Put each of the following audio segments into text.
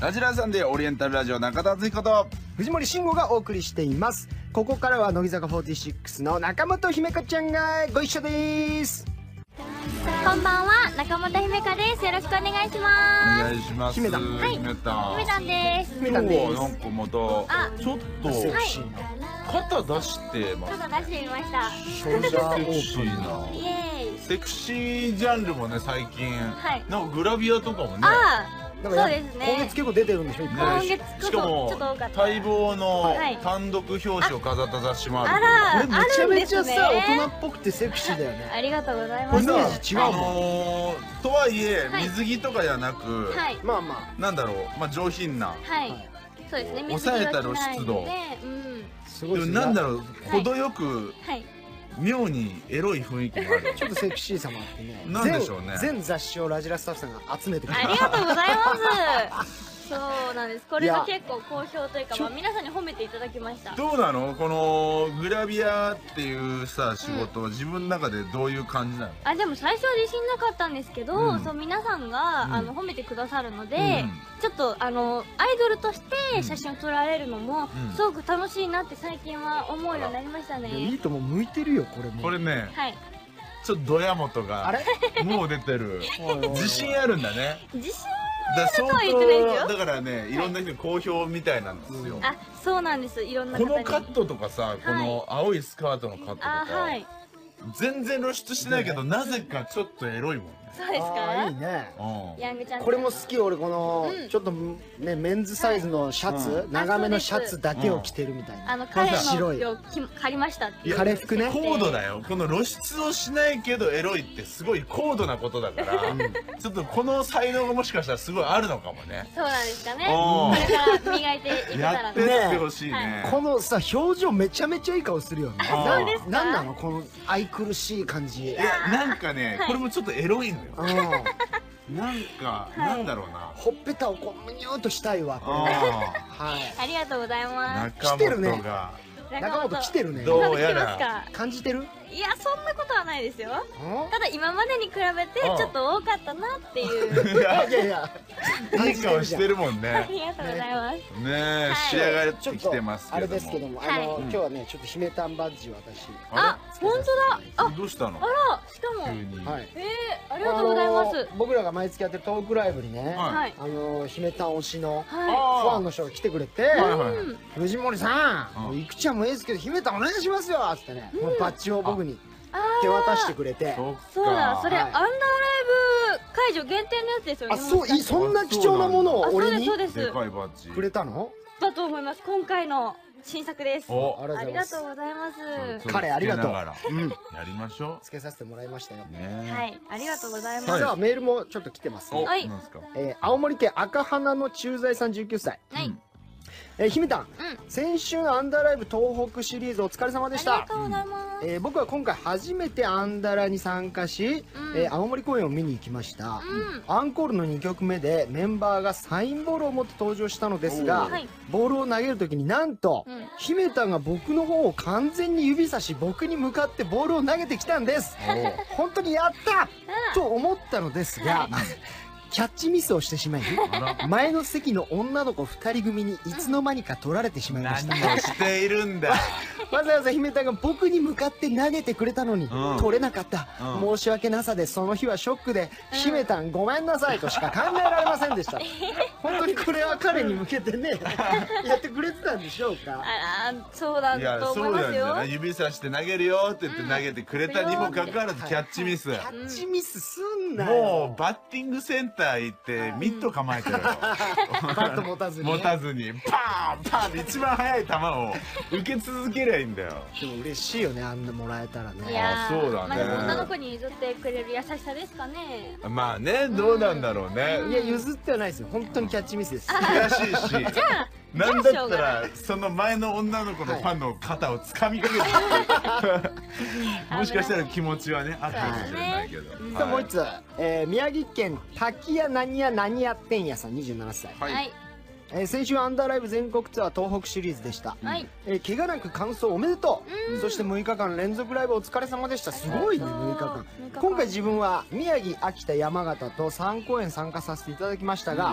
ラジラーさんでオリエンタルラジオ中田敦彦と藤森慎吾がお送りしています。ここからは乃木坂46の中本姫香ちゃんがご一緒です。 こんばんは、中本姫香です。よろしくお願いします。 お願いします。 姫だんはい、 姫だん姫だんです。 姫だんです。 なんかまたちょっとセクシーな肩出してます。 ちょっと出してみました。 ショルダーオセクシーープンなイエーイ。 セクシージャンルもね最近、 はいなんかグラビアとかもね、 ああ、そうだからですね。 今月結構出てるんでしょ、いっぱい。 今月こそちょしかもっと多かった。 待望のはい単独表紙を飾った雑誌もあるあこら、 れめちゃめちゃさ、 あるんですね大人っぽくてセクシーだよね。 ありがとうございこれイます。 メージ違うもん。 とはいえはい水着とかじゃなく、 はい、 まあまなんだろう、まあ、上品なはい、そうですね。 抑えた露出度水着が着ないので、うん、 あ、すごいでですね。 もなんだろう、程よくはい。 妙にエロい雰囲気もある。 ちょっとセクシーさもあってね。 なんでしょうね全雑誌をラジラスタッフさんが集めてくれありがとうございます。そうなんです。これが結構好評というか、まあ皆さんに褒めていただきました。 どうなのこのグラビアっていうさ仕事、自分の中でどういう感じなの？ あ、でも最初は自信なかったんですけど、 うんそう皆さんが、 うん褒めてくださるので、 うんちょっとアイドルとして写真を撮られるのも、 うんすごく楽しいなって最近は思うようになりましたいやいねい。とも向いてるよ、これも。 これね、 はい。 ちょっとドヤ元があれもう出てる。 おいおいおい自信あるんだね。 自信だからとは言ってないですよだからね、いろんな人に好評みたいなんですよ。 あ、そうなんです。いろんなこ方に。 のカットとかさ、この青いスカートのカットとか、 あ、はい。 全然露出してないけど、なぜかちょっとエロいもんね。 そうですあーかいいね。 うんヤングちゃん。 これも好き。俺この、 うんちょっとねメンズサイズのシャツ、 う長めのシャツだけを着てるみたいな、 彼白いのを借りましたっていう。 カレ服ね高度だよ。この露出をしないけどエロいってすごい高度なことだから、ちょっとこの才能がもしかしたらすごいあるのかもね。 そうなんですかね。 おーこれから磨いていけたやらってってほしいはね。 このさ表情めちゃめちゃいい顔するよね。 あそうですかなんなのこの愛くるしい感じ。 いや、なんかね、これもちょっとエロいのよ。 うん、 なんか、なんだろうな。 ほっぺたをこうむにゅーっとしたいわこれ。 あはい。 ありがとうございあ、 ます。 中来てるね本が。 中本来てるね。 どうや来てますら。 か。 感じてる？ いや、そんなことはないですよ。 うんただ今までに比べてうんちょっと多かったなっていう。 いやいやいや。 いい顔してるもんあね。 りがとうございます。 ねえ、 はい仕上がってちょっときてますあけども。 れですけども、 はい今日はねちょっと姫たんバッジを私。 あ、本当だ。あ、 どうしたのあら、しかも。 急に。 はい。 ありがとうございます。 僕らが毎月やってるトークライブにね、 はいはい。 姫たん推しのフはァンの人が来てくれて、 はいはいい。うん。 藤森さん、 うんいくちゃんもいいですけど姫たんお願いしますよっつってね、このバッジを僕にあ手渡してくれて、 そっか。 そうだ、それ、 はいアンダーライブ会場限定のやつですよね。 あ、そう、 もしかしてそんな貴重なものをあ、そうです、 俺にそうです。 でかいバッジ。 くれたの？ だと思います。今回の新作です。 お、 ありがとうございますありがとう。ございます。 彼ありがとうやうん、 りましょつけさせてもらいましたよ。 う。ねはい、ありがとうございます。 はいさあメールもちょっと来てます、 お、 はいなんですか。 青森県赤花の駐在さん19歳、 はい。 姫たん、 うん。 先週のアンダーライブ東北シリーズお疲れ様でしたありが。とうございます。 僕は今回初めてアンダラに参加し、 うん青森公演を見に行きました、 うん。 アンコールの2曲目でメンバーがサインボールを持って登場したのですが、 はい。 ボールを投げる時になんと、 うん。 姫田が僕の方を完全に指さし僕に向かってボールを投げてきたんです。本当にやったと思ったのですが、キャッチミスをしてしまいあら、 前の席の女の子2人組にいつの間にか取られてしまいました。 何をしているんだ。 わざわざ姫田が僕に向かって投げてくれたのに、 うん取れなかった、 うん申し訳なさでその日はショックで、姫田ごめんなさいとしか考えられませんでした本当にこれは彼に向けてねやってくれてたんでしょうか。 あら、そうだいや、 と思そなんじゃいうますよ。 ない。指さして投げるよって言って投げてくれたにもかかわらずキャッチミス。 キャッチミスすんなよ。 もうバッティングセンター行ってミット構えてるよ。 バット持たずに、 持たずにパーンパーンって一番速い球を受け続けりゃいいんだよ。 でも嬉しいよね、あんなもらえたらね。 いやーあそうだねまあでも女の子に譲ってくれる優しさですかね。 まあね、どうなんだろうね。 いや譲ってはないですよ、本当にキャッチミスです。 悔しいし、 じゃあ、 なんだったらその前の女の子のファンの肩を掴みかけて、もしかしたら気持ちはねあったかもしれないけど。 さあもう一つ、宮城県滝屋何屋何屋店屋さん27歳、 ははいい。 先週アンダーライブ全国ツアー東北シリーズでした、 はい。 怪我なく完走おめでとう、そして6日間連続ライブお疲れ様でした。すごいね、6日間。今回自分は宮城秋田山形と3公演参加させていただきましたが、 はい。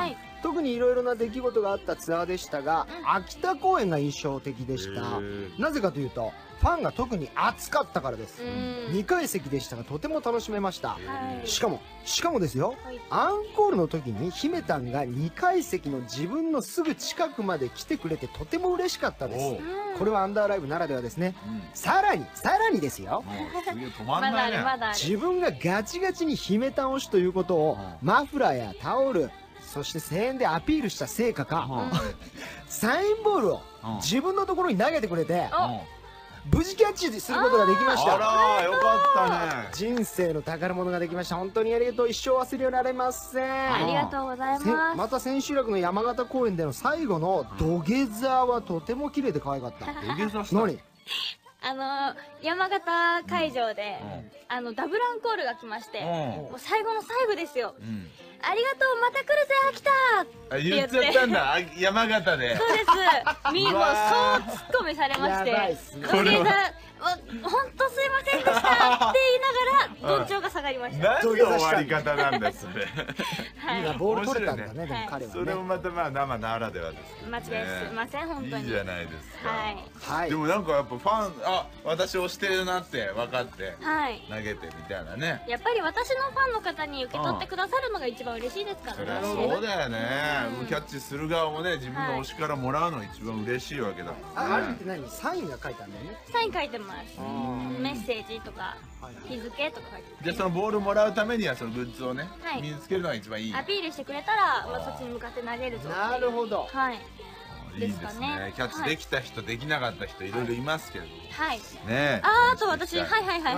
特にいろいろな出来事があったツアーでしたが、秋田公演が印象的でした。なぜかというとファンが特に熱かったからです。2階席でしたがとても楽しめました。しかもですよ、アンコールの時に姫たんが2階席の自分のすぐ近くまで来てくれてとても嬉しかったです。これはアンダーライブならではですね。さらにですよ、 すげえ止まんないね。 自分がガチガチに姫たん推しということをマフラーやタオル、そして声援でアピールした成果か、サインボールを自分のところに投げてくれて無事キャッチすることができました。 あらよかったね。 人生の宝物ができました。本当にありがとう。一生忘れられません。 ありがとうございます。 また千秋楽の山形公演での最後の土下座はとても綺麗で可愛かった。 土下座した。 何？ 山形会場で、ダブルアンコールが来まして、もう最後の最後ですよ。ありがとう、また来るぜ、秋田って言っちゃったんだ、山形で。 そうです。もう、そうツッコミされまして、土下座、本当すいませんでしたって言いながら、どんちょうが下がりました。 何の終わり方なんです、それ。 今、ボール取れたんだね、でも彼はね。 それもまたまあ生ならではですけどね。 間違いすいません、本当に。 いいじゃないですか。 はい。 でもなんかやっぱファン、私推してるなって分かって、投げてみたいなね。 やっぱり私のファンの方に受け取ってくださるのが一番嬉しいですからね。 そりゃそうだよね。キャッチする側もね、自分の推しからもらうのが一番嬉しいわけだ。 あれって何？サインが書いてあるんだよね。 サイン書いてます。メッセージとか日付とか書いてます。 じゃあそのボールもらうためにはそのグッズをね、身につけるのが一番いい。 アピールしてくれたら、そっちに向かって投げるぞ。 なるほど。 はい。 いいですね。キャッチできた人、できなかった人いろいろいますけど。 はい。 ね。 あと私、はい。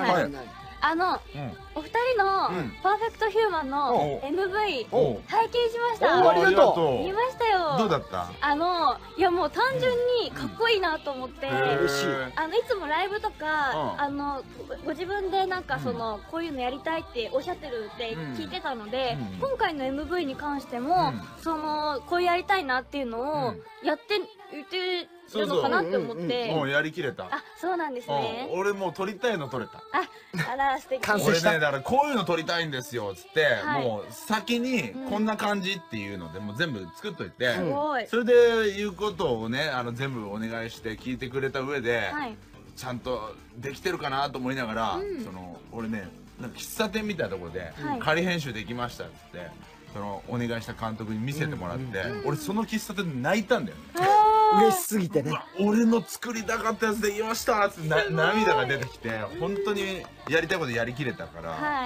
お二人のパーフェクトヒューマンの MV 拝見しました。 ありがとう。見ましたよ。 どうだった？ いやもう単純にかっこいいなと思って、 嬉しい。 いつもライブとかご自分でなんかこういうのやりたいっておっしゃってるって聞いてたので、今回の MV に関してもこうやりたいなっていうのをやって言ってるのかなって思って。 もうやりきれた。 あ、そうなんですね。 俺もう撮りたいの撮れた。 あら素敵。 俺ね、だからこういうの撮りたいんですよっつって、もう先にこんな感じっていうのでもう全部作っといて、それで言うことをね、全部お願いして聞いてくれた上で、ちゃんとできてるかなと思いながら、俺ね、なんか喫茶店みたいなところで仮編集できましたっつって、お願いした監督に見せてもらって、俺その喫茶店で泣いたんだよね。 嬉しすぎてね。 俺の作りたかったやつできましたって涙が出てきて、本当にやりたいことやりきれたから、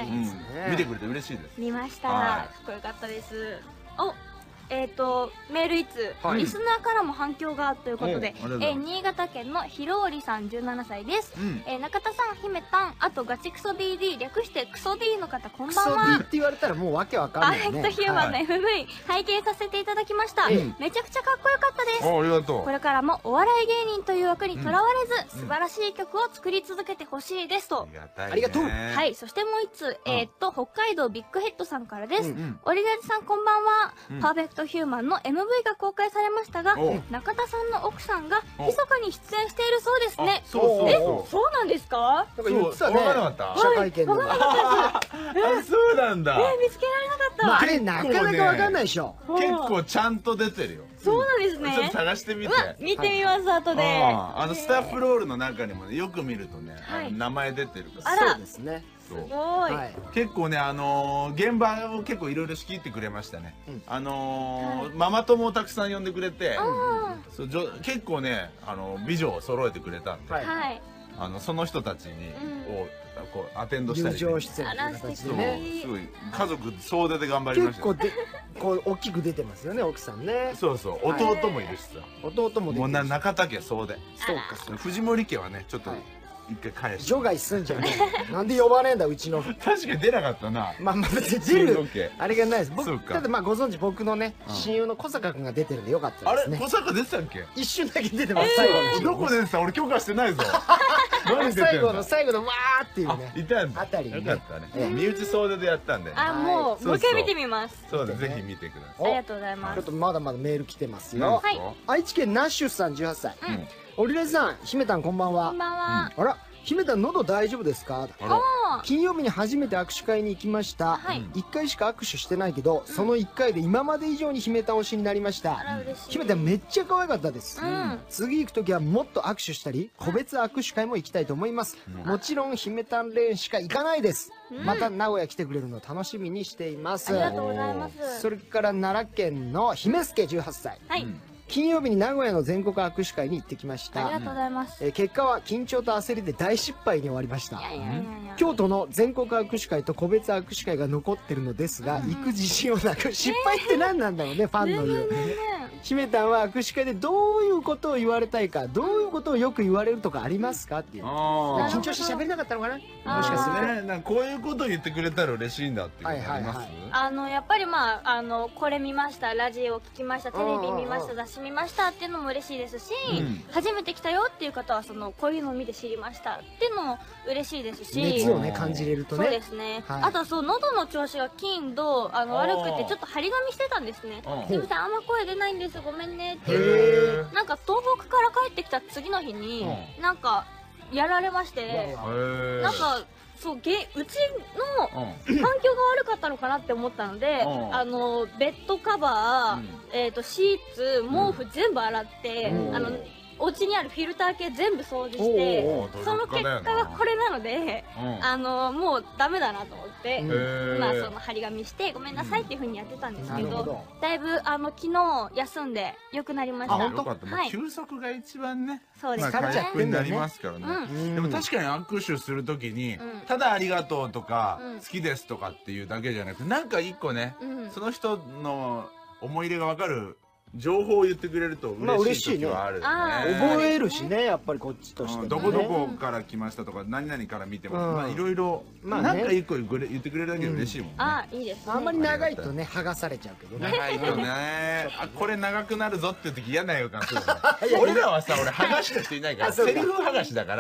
見てくれて嬉しいです。 見ました。かっこよかったです。メール1通、リスナーからも反響がということで、新潟県のひろおりさん17歳です。中田さん、姫たん、あとガチクソ DD、略してクソ D の方、こんばんは。 クソ D って言われたらもうわけわかんないね。 パーフェクトヒューマンの MV、拝見させていただきました。めちゃくちゃかっこよかったです。 ありがとう。 これからもお笑い芸人という枠にとらわれず、素晴らしい曲を作り続けてほしいですと。 ありがとう。 はい、そしてもう1通、北海道ビッグヘッドさんからです。オリラジさん、こんばんは。パーフェクトヒューマンの MVが公開されましたが、中田さんの奥さんが密かに出演しているそうですね。そうなんですか？ なんか言ってたね。 わからなかった？ 記者会見でも。 そうなんだ。 見つけられなかった。 あれなかなかわかんないでしょ。 結構ちゃんと出てるよ。 そうなんですね。 ちょっと探してみて。 見てみます後で。 スタッフロールの中にもね、よく見るとね、名前出てるから。 そうですね。 すごい。 結構ね、現場を結構いろいろ仕切ってくれましたね。ママ友をたくさん呼んでくれて、結構ね、美女を揃えてくれたんで、その人たちにアテンドしたり、 友情出演という形でね、 すごい家族総出で頑張りました。 結構大きく出てますよね、奥さんね。 そうそう、弟もいるしさ。 弟も出てる。 中田家総出。 そうか。 藤森家はね、ちょっと一回返して。 除外すんじゃねえ。なんで呼ばねえんだ、うちの。 確かに出なかったな。 まあ別に出るあれがないです。僕ただご存知、僕のね親友の小坂君が出てるんでよかったですね。 あれ、小坂出てたっけ？ 一瞬だけ出てます。最後のどこ出てた？俺許可してないぞ。 最後のわーっていうね、 いたんだ。 あたりによかったね。身内総出でやったんで。 もう一回見てみます。 そうだ、ぜひ見てください。 ありがとうございます。 ちょっとまだまだメール来てますよ。愛知県ナッシュさん18歳。オリラジさん、姫たんこんばんは。 こんばんは。 あら、 姫たん喉大丈夫ですか？金曜日に初めて握手会に行きました。1回しか握手してないけど、その1回で今まで以上に姫たん推しになりました。姫たんめっちゃ可愛かったです。次行く時はもっと握手したり、個別握手会も行きたいと思います。もちろん姫たんレーンしか行かないです。また名古屋来てくれるの楽しみにしています。 ありがとうございます。 それから奈良県の姫助18歳。金曜日に名古屋の全国握手会に行ってきました。 ありがとうございます。 結果は緊張と焦りで大失敗に終わりました。京都の全国握手会と個別握手会が残ってるのですが、行く自信をなく、失敗って何なんだろうね、ファンの言う。姫たんは握手会でどういうことを言われたいか、どういうことをよく言われるとかありますかっていう。緊張して喋れなかったのかな、もしかするとね。こういうことを言ってくれたら嬉しいんだっていうことあります？ やっぱりまあこれ見ました、ラジオ聞きました、テレビ見ました、雑誌見ましたっていうのも嬉しいですし、初めて来たよっていう方はこういうのを見て知りましたっていうのも嬉しいですし、 熱をね感じれるとね。 そうですね。あとは喉の調子が金土悪くてちょっと張り紙してたんですね。すみません、あんま声出ないんです、ごめんねっていう。なんか東北から帰ってきた次の日になんかやられまして、なんかそううちの環境が悪かったのかなって思ったので、ベッドカバー、シーツ、毛布全部洗って、お家にあるフィルター系全部掃除して、その結果がこれなので、もうダメだなと思って、まあその張り紙してごめんなさいっていうふうにやってたんですけど、だいぶ昨日休んで良くなりました。 よかった。休息が一番ね、 そうですね、 回復になりますからね。でも確かに握手するときに、ただありがとうとか好きですとかっていうだけじゃなく、なんか一個ね、その人の思い入れが分かる情報を言ってくれると嬉しい時はあるよね。 覚えるしね、やっぱりこっちとしてもね。 どこどこから来ましたとか、何々から見てます。いろいろなんか一個言ってくれるだけで嬉しいもんね。 いいですね。 あんまり長いとね剥がされちゃうけどね。 長いとね、これ長くなるぞっていう時嫌な予感する。俺らはさ、俺剥がした人いないから、セリフ剥がしだから、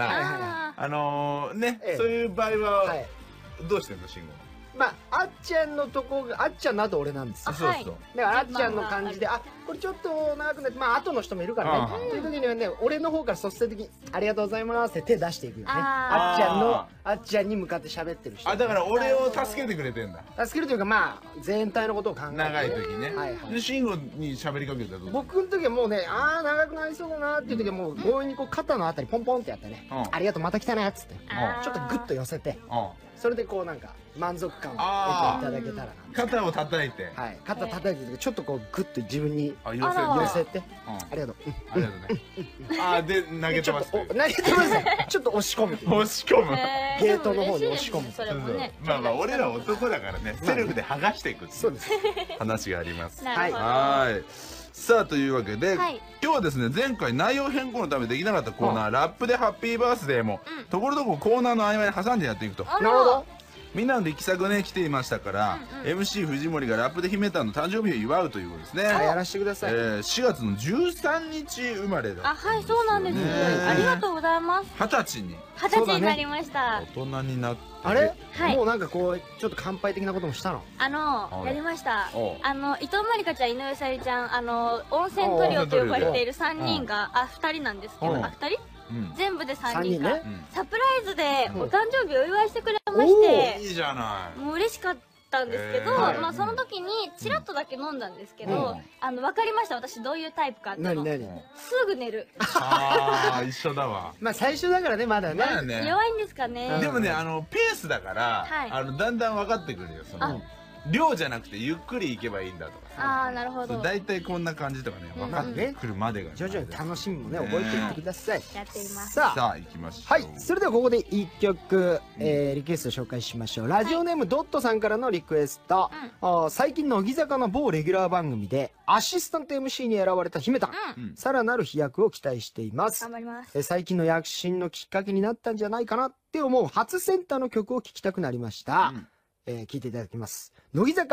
ね、そういう場合はどうしてんの、慎吾？ まあ、あっちゃんのとこが、あっちゃんの後俺なんですよ。 そうそう。 だからあっちゃんの感じで、これちょっと長くなって、まあ後の人もいるからね。そういう時にはね、俺の方から率先的にありがとうございますって手出していくよね。あっちゃんに向かって喋ってる人。 だから俺を助けてくれてんだ。 助けるというか、まあ全体のことを考えて。 長い時ね。で、慎吾に喋りかけたらどう？ 僕の時はもうね、長くなりそうだなっていう時はもう強引にこう肩のあたりポンポンってやってね、ありがとうまた来たなっつって、ちょっとグッと寄せて。それでこうなんか満足感を得ていただけたらな。 肩を叩いて、 肩叩いてちょっとこうグッと自分に寄せて、ありがとう、 ありがとうね。で投げてます。 投げてますね。ちょっと押し込む。 押し込む。 ゲートの方に押し込む。 まあまあ俺ら男だからね、セルフで剥がしていくっていう話があります。はい。さあというわけで、今日はですね、前回内容変更のためできなかったコーナー、ラップでハッピーバースデーもところどころコーナーの合間に挟んでやっていくと。 なるほど。 みんなの力作ね来ていましたから、MC 藤森がラップで姫たんの誕生日を祝うということですね。 やらせてください。 4月の13日生まれだ。 はい、そうなんです。ありがとうございます。 20歳になりました。 大人になって。 あれ？もうなんかこうちょっと乾杯的なこともしたの？ やりました。伊藤まりかちゃん、井上さゆりちゃん、温泉トリオと呼ばれている3人が、2人なんですけど、2人？全部で3人がサプライズでお誕生日をお祝いしてくれまして、 いいじゃない。 もう嬉しかったんですけど、まあその時にチラッとだけ飲んだんですけど、分かりました、私どういうタイプかっていうの。すぐ寝る。 一緒だわ。 まあ最初だからね、まだね。 弱いんですかね。 でもね、ペースだからだんだん分かってくるよ。量じゃなくてゆっくり行けばいいんだとかさ。 なるほど。 大体こんな感じとかね、分かってくるまでが徐々に楽しみもね覚えていってください。 やっています。 さあ行きましょう。 はい、それではここで1曲リクエスト紹介しましょう。ラジオネームドットさんからのリクエスト。最近乃木坂の某レギュラー番組でアシスタント MC に選ばれた姫たん、さらなる飛躍を期待しています。 頑張ります。 最近の躍進のきっかけになったんじゃないかなって思う初センターの曲を聴きたくなりました。聴いていただきます。乃木坂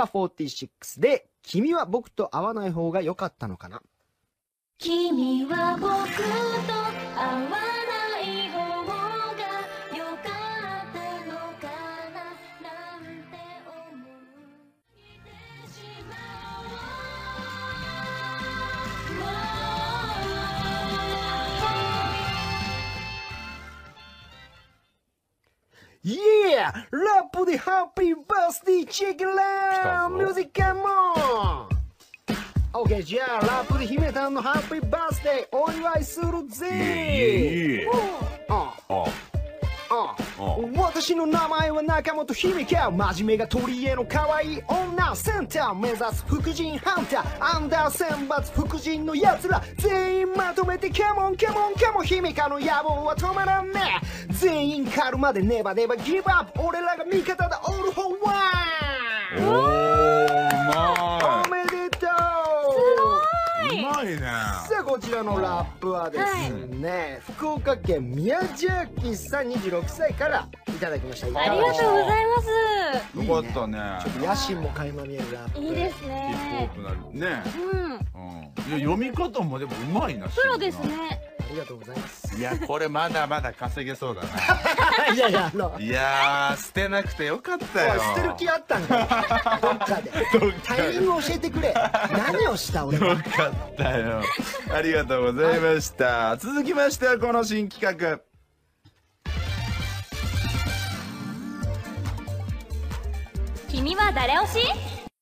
46で「君は僕と会わない方が良かったのかな」。 君は僕と会わない方が良かったのかななんて思ってしまう。 Yeah! ラップでハッピーバースデーチェックラーミュージックカモン OK じゃあラップで姫たんのハッピーバースデーお祝いするぜ私の名前は中本姫香真面目が取り柄の可愛い女センター目指す福神ハンターアンダー選抜福神のやつら全員まとめてカモンカモンカモン姫香の野望は止まらんね全員狩るまでネバネバギブアップ俺らが味方だオールフォーワンおめでとううまいね。 さあこちらのラップはですね、福岡県宮崎さん26歳からいただきました。 ありがとうございます。 よかったね。 ちょっと野心も垣間見えるラップ。 いいですね。 ヒップホップなるね。 うん。 いや読み方もでもうまいな。 プロですね。 ありがとうございます。 いやこれまだまだ稼げそうだな。 いやいやいや捨てなくてよかったよ。 捨てる気あったんか。どっかで。タイミング教えてくれ。何をした俺は。 よかったよ。ありがとうございました。続きましてはこの新企画。 君は誰推し？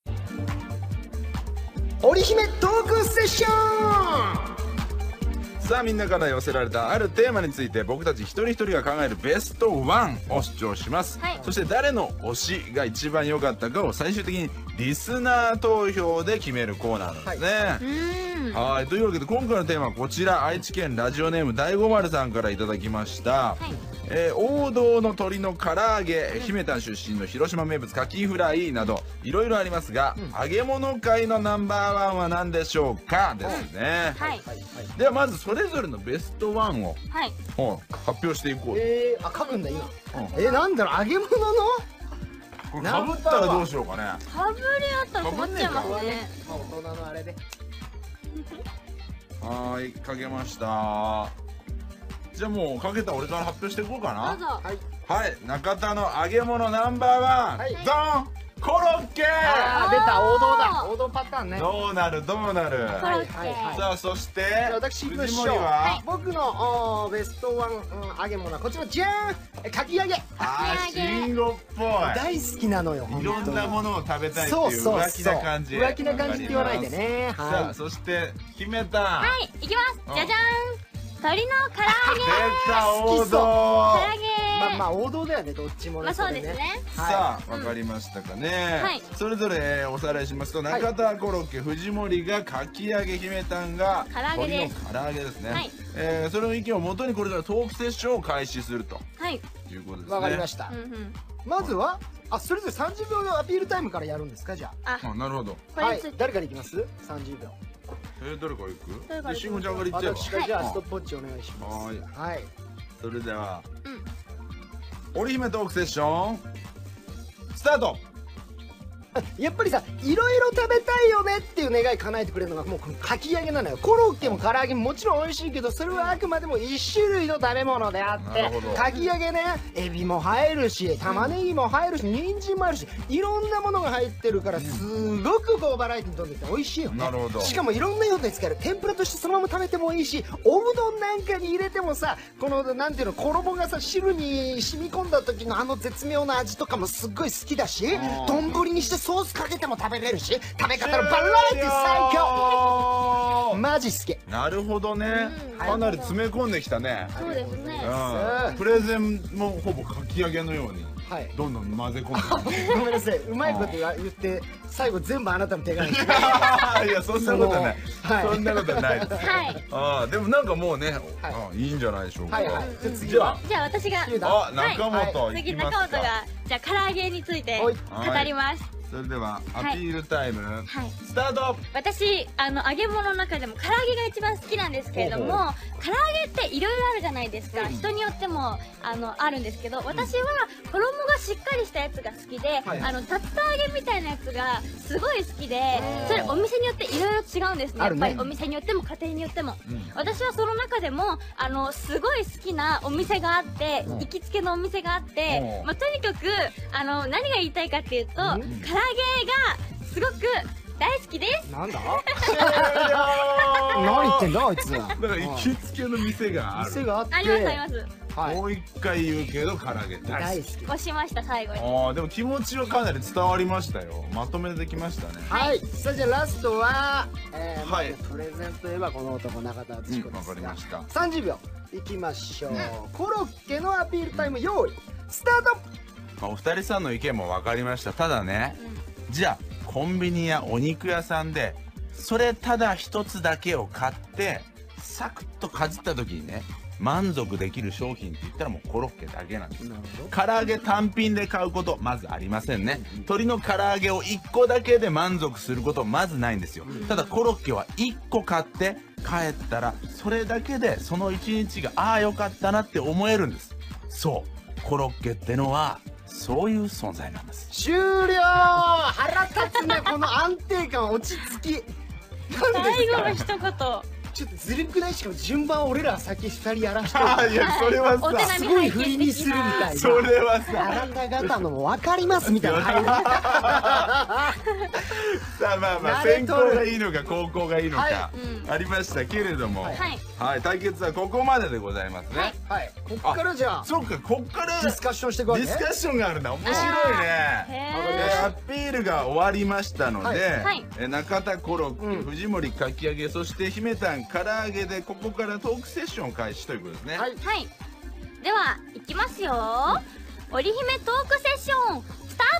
織姫トークセッション。 さあみんなから寄せられたあるテーマについて僕たち一人一人が考えるベストワンを主張します、そして誰の推しが一番良かったかを最終的にリスナー投票で決めるコーナーなんですね。はいというわけで今回のテーマはこちら愛知県ラジオネーム大五丸さんからいただきました、王道の鶏の唐揚げ姫丹出身の広島名物カキフライなどいろいろありますが、揚げ物界のナンバーワンは何でしょうかですね、ではまずそれぞれのベストワンを、発表していこう。 書くんだ今、なんだろう揚げ物のこれかぶったらどうしようかね。 かぶりあったら困っちゃいますね。 大人のあれではいかけました。じゃあもうかけた俺から発表していこうかな。 どうぞ。 はい中田の揚げ物ナンバーワン、ドンコロッケ。 出た王道だ王道パターンね。 どうなるどうなる。 コロッケ。 さあそして私藤森は、 僕のベストワン揚げ物はこちらじゃーんかき揚げ。 慎吾っぽい。 大好きなのよ。 いろんなものを食べたいっていう浮気な感じ。 浮気な感じって言わないでね。 さあそして姫田。 はい行きます。じゃじゃーん。鶏の唐揚げ。 出た王道。 唐揚げ。 まあ王道だよねどっちもね。 まあそうですね。 さあわかりましたかね。それぞれおさらいしますと中田コロッケ藤森がかき揚げ姫たんが鶏の唐揚げですね。その意見をもとにこれからトークセッションを開始するということですね。 わかりました。まずはそれぞれ30秒のアピールタイムからやるんですか。じゃあなるほど。 はい誰からいきます？30秒。 誰から行く？で慎吾ちゃんから言っちゃえば。 私からじゃあストップウォッチお願いします。はい。 それでは織姫トークセッションスタート。 やっぱりさいろいろ食べたいよねっていう願い叶えてくれるのがもうこのかき揚げなのよ。コロッケも唐揚げももちろん美味しいけどそれはあくまでも1種類の食べ物であってかき揚げねエビも入るし玉ねぎも入るし人参も入るしいろんなものが入ってるからすごくこうバラエティに富んでて美味しいよね。 なるほど。 しかもいろんな用途に使える天ぷらとしてそのまま食べてもいいしおうどんなんかに入れてもさこのなんていうの衣がさ汁に染み込んだ時のあの絶妙な味とかもすっごい好きだし丼にしてソースかけても食べれるし食べ方のバラエティ最強マジ好き。 なるほどね。かなり詰め込んできたね。 そうですね。 プレゼンもほぼかき揚げのようにどんどん混ぜ込んで。 ごめんなさいうまいこと言って最後全部あなたの手がいやそんなことないそんなことないです。でもなんかもうねいいんじゃないでしょうか。 じゃあ私が中本次中本がじゃあ唐揚げについいて語ります。 それではアピールタイムスタート。 私揚げ物の中でも唐揚げが一番好きなんですけれども、唐揚げっていろいろあるじゃないですか。人によってもあるんですけど、私は衣がしっかりしたやつが好きで、竜田揚げみたいなやつがすごい好きで、それお店によっていろいろ違うんですね。やっぱりお店によっても家庭によっても、私はその中でもすごい好きなお店があって、行きつけのお店があって、とにかく何が言いたいかっていうと、唐揚げがすごく大好きです。 なんだ何言ってんだあいつ。 だから行きつけの店がある。 店があって。 ありますあります。 もう一回言うけど唐揚げ大好き。 押しました最後に。 ああでも気持ちはかなり伝わりましたよ。まとめできましたね。 はい。さあじゃあラストははい。 プレゼントといえばこの男中田敦彦ですが。 わかりました。 30秒いきましょう。コロッケのアピールタイム用意スタート。 お二人さんの意見もわかりました。ただね、じゃあコンビニやお肉屋さんでそれただ一つだけを買ってサクッとかじった時にね満足できる商品って言ったらもうコロッケだけなんです。唐揚げ単品で買うことまずありませんね。鶏の唐揚げを1個だけで満足することまずないんですよ。ただコロッケは1個買って帰ったらそれだけでその1日がああよかったなって思えるんです。そうコロッケってのはそういう存在なんです。 終了。腹立つねこの安定感落ち着き。 最後の一言ちょっとずるくない？しかも順番俺ら先2人やらしといて。 いやそれはさすごい振りにするみたいな。 それはさあなた方のも分かりますみたいな入り。 さあまあまあ先行がいいのか後攻がいいのかありましたけれども、はい対決はここまででございますね。 はいここからじゃあそうかこっからディスカッションしていくわけね。 ディスカッションがあるんだ。面白いね。アピールが終わりましたので中田コロッケ藤森かき揚げそして姫たん唐揚げでここからトークセッション開始ということですね。 はいでは行きますよ。織姫トークセッションスタ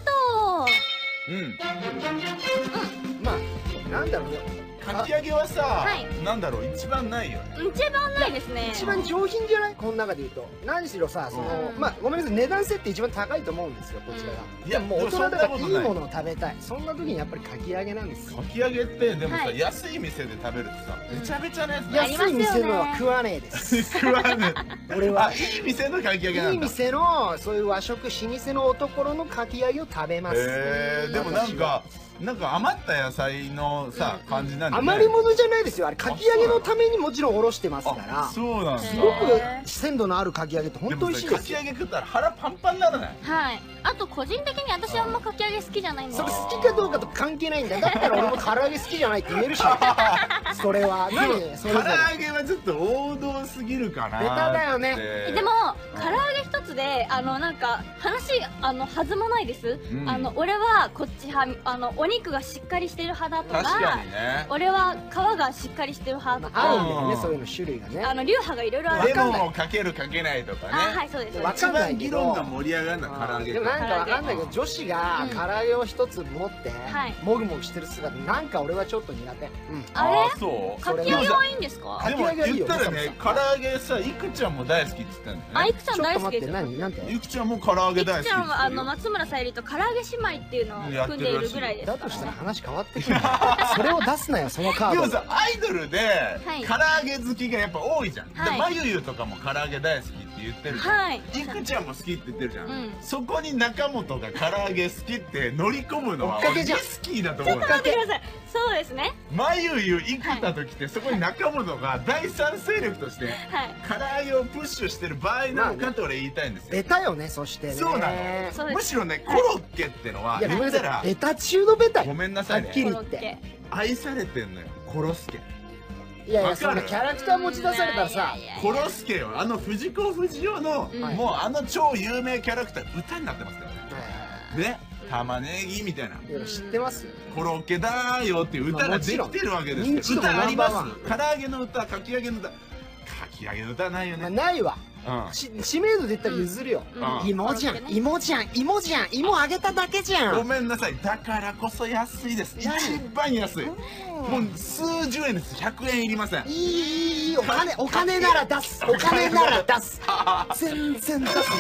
ート。 まあなんだろうねかき揚げはさなんだろう一番ないよね。 一番ないですね。 一番上品じゃない？この中で言うと何しろさそのまあごめんなさい値段設定一番高いと思うんですよこちらが。いやもう大人だからいいものを食べたい。そんな時にやっぱりかき揚げなんですよ。 かき揚げってでもさ安い店で食べるとさめちゃめちゃなやつ安い店のは食わねえです。 食わねえ。 俺はいい店のかき揚げなんだ。 いい店のそういう和食老舗のところのかき揚げを食べます。 でもなんか余った野菜のさ感じなんで余り物じゃないですよ。あれかき揚げのためにもちろんおろしてますからそうなんだ。 すごく鮮度のあるかき揚げって本当美味しいです。 かき揚げ食ったら腹パンパンにならない？ はい。あと個人的に私あんまかき揚げ好きじゃないんで。 それ好きかどうかと関係ないんだ。だったら俺も唐揚げ好きじゃないって言えるしそれは何それぞれ唐揚げはちょっと王道すぎるかな。 ベタだよね。 でも唐揚げ一つでなんか話弾まないです。俺はこっち派お肉がしっかりしてる派だとか、 確かにね。 俺は皮がしっかりしてる派とか、 あるんだよねそういうの種類がね。 流派がいろいろある。 レモンをかけるかけないとかね。 はいそうです。 わかんない議論が盛り上がるのは唐揚げ。 でもなんかわかんないけど女子が唐揚げを一つ持ってもぐもぐしてる姿なんか俺はちょっと苦手。 あれ？ そう。 かき揚げはいいんですか？ でも言ったらね唐揚げさいくちゃんも大好きって言ってたんだよね。 あいくちゃん大好きです。 何なんて？ いくちゃんも唐揚げ大好き。いくちゃんは松村沙莉と唐揚げ姉妹っていうのを組んでいるぐらいです。 だとしたら話変わってくる。それを出すなよそのカード。 でもさアイドルで唐揚げ好きがやっぱ多いじゃん。でまゆゆとかも唐揚げ大好きって言ってるじゃん。いくちゃんも好きって言ってるじゃん。そこに中本が唐揚げ好きって乗り込むのはリスキーだと思う。 ちょっと待ってください。そうですね。 まゆゆ生田ときてそこに中本が第三勢力として唐揚げをプッシュしてる場合なのかと俺言いたいんですよ。 ベタよねそしてね。 そうなの。むしろねコロッケってのは言ったらベタ中のベタ。 ごめんなさいね。 はっきり言って愛されてんのよコロスケ。 いやいやそんなキャラクター持ち出されたらさコロスケよ藤子不二雄のもう超有名キャラクター歌になってますからね。ね玉ねぎみたいな知ってますコロッケだーよっていう歌ができてるわけですよ。歌あります。唐揚げの歌かき揚げの歌かき揚げの歌ないよね。 ないわ。知名度で言ったら譲るよ。芋じゃん芋じゃん芋じゃん芋あげただけじゃん。 ごめんなさいだからこそ安いです。一番安い。もう数十円です。100円いりません。 いいお金なら出す。お金なら出す。全然出すね。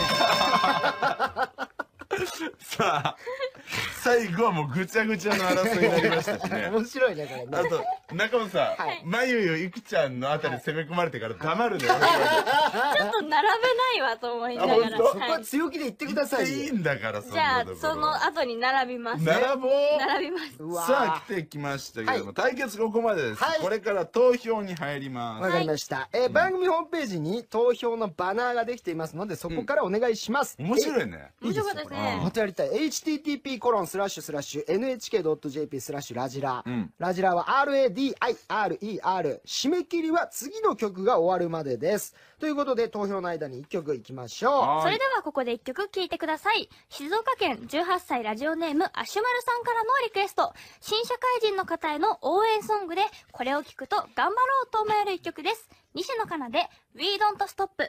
さあ最後はもうぐちゃぐちゃの争いになりましたしね。 面白いねこれね。 あと中本さんまゆゆいくちゃんのあたり攻め込まれてから黙るね。ちょっと並べないわと思いながらそこは強気で言ってください。 いいんだからじゃあその後に並びます。 並ぼう。 並びます。 さあ来てきましたけども対決ここまでです。これから投票に入ります。 わかりました。番組ホームページに投票のバナーができていますのでそこからお願いします。 面白いね。 面白かったですね。 またやりたい。http:// .com/nhk.jp/ラジラ。ラジラは RADIRER。締め切りは次の曲が終わるまでです。ということで、投票の間に1曲いきましょう。それではここで1曲聴いてください。静岡県18歳ラジオネームアシュマルさんからのリクエスト。新社会人の方への応援ソングで、これを聴くと頑張ろうと思える1曲です。西野カナで We Don't Stop。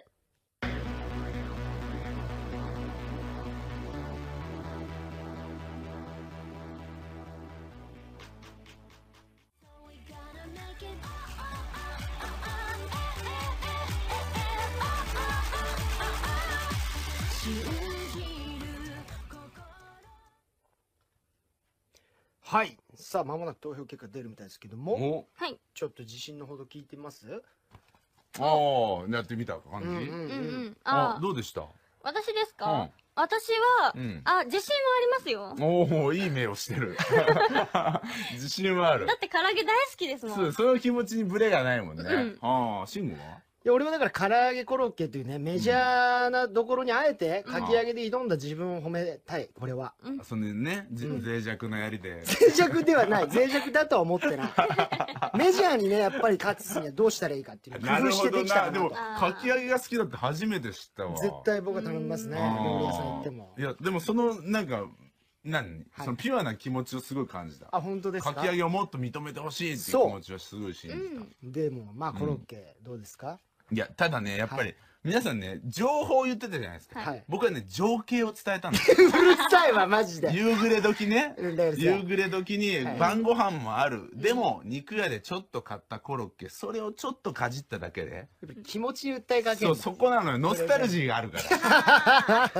はい。さあ、間もなく投票結果出るみたいですけども、 はい。 ちょっと自信のほど聞いてます？ ああ、やってみた感じ。あ、どうでした？ 私ですか？私は、自信はありますよ。 おお、いい目をしてる。自信はある。 だって唐揚げ大好きですもん。 そう、その気持ちにブレがないもんね。ああ、慎吾は？ いや、俺はだから唐揚げコロッケというね、メジャーなところにあえてかき揚げで挑んだ自分を褒めたい、これは。 そのね、脆弱なやりで。 脆弱ではない。脆弱だとは思ってない。メジャーにね、やっぱり勝つにはどうしたらいいかっていう工夫してできたから。 でも、かき揚げが好きだって初めて知ったわ。 絶対僕は頼みますね、料理屋さん行っても。 いや、でもその、なんか、そのピュアな気持ちをすごい感じた。 あ、本当ですか？ かき揚げをもっと認めてほしいっていう気持ちはすごい信じた。 でも、まあ、コロッケ、どうですか？ いや、ただね、やっぱり、皆さんね、情報を言ってたじゃないですか。僕はね、情景を伝えたんですよ。 うるさいわ、マジで。 夕暮れ時ね。夕暮れ時に晩ご飯もある。でも、肉屋でちょっと買ったコロッケ、それをちょっとかじっただけで。 気持ちに訴えかける。 そう、そこなのよ。ノスタルジーがあるから。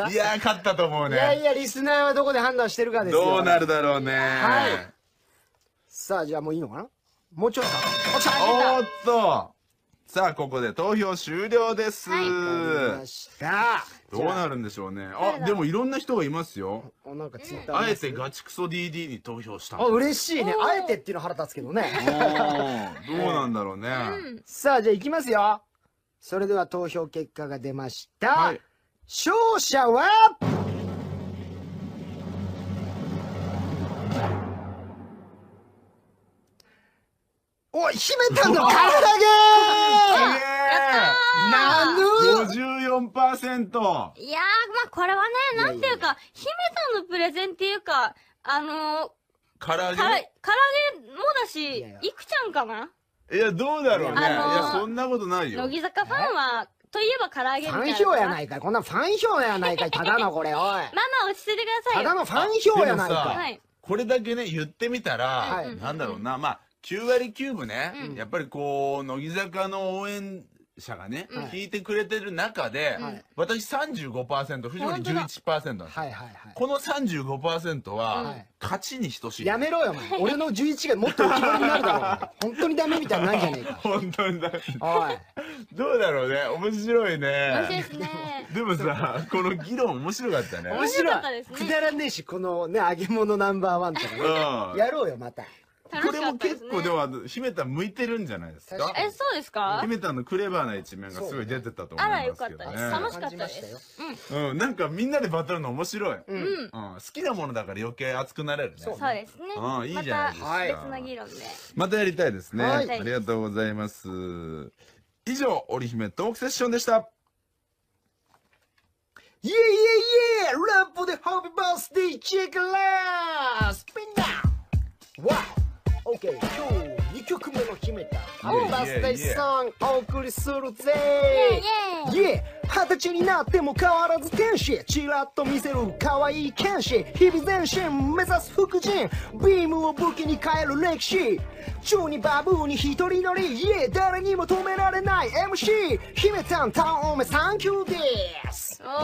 いやー、勝ったと思うね。 いやいや、リスナーはどこで判断してるかですよ。 どうなるだろうね。 はい。さあ、じゃあもういいのかな？もうちょっと。 おっと。さあ、ここで投票終了です。 わかりました。 どうなるんでしょうね。あ、でもいろんな人がいますよ。 なんかツイッター。 あえてガチクソ DD に投票した。 あ、嬉しいね。あえてっていうの腹立つけどね。 どうなんだろうね。 さあ、じゃあ行きますよ。それでは投票結果が出ました。勝者は、おい、姫たんの唐揚げなぬ 54%。 いやー、まあこれはね、なんていうか、姫さんのプレゼンっていうか、 唐揚げ唐揚げもだし、いくちゃんかな？ いや、どうだろうね。いや、そんなことないよ。 乃木坂ファンは、といえば唐揚げみたいな。 ファン票やないかい。こんなファン票やないかい。ただのこれ、おい。まあまあ、落ち着いてくださいよ。 ただのファン票やないかい。 これだけね、言ってみたら、なんだろうな、まあ、9割9分ね、やっぱりこう、乃木坂の応援者がね、聞いてくれてる中で、私 35%、藤森 11% なんですよ。この 35% は、勝ちに等しい。 やめろよ、お前。俺の11がもっと浮き彫りになるだろう。本当にダメみたいなのないんじゃねえか。 本当にダメ。 おい。 どうだろうね。面白いね。 面白いですね。 でもさ、この議論面白かったね。 面白かったですね。くだらねえし、このね、揚げ物ナンバーワンとかね。やろうよ、また。 これも結構では姫たん向いてるんじゃないですか。 そうですか？ 姫たんのクレバーな一面がすごい出てたと思いますけどね。あら、よかったです。 楽しかったです。 うん、なんかみんなでバトルの面白い。好きなものだから余計熱くなれるね。 そうですね。 いいじゃないですか。 また別な議論で。 またやりたいですね。ありがとうございます。以上、織姫トークセッションでした。 イエイイエイイエイラップでハッピーバースデーチェックラースピンナーわっOK、今日2曲目の姫たハッピーバースデーソングお送りするぜイエー20歳になっても変わらず天使チラッと見せる可愛い剣士日々前進目指す副陣ビームを武器に変える歴史中にバブーに一人乗りイエー誰にも止められない MC 姫たんタウンおめサンキューですイエ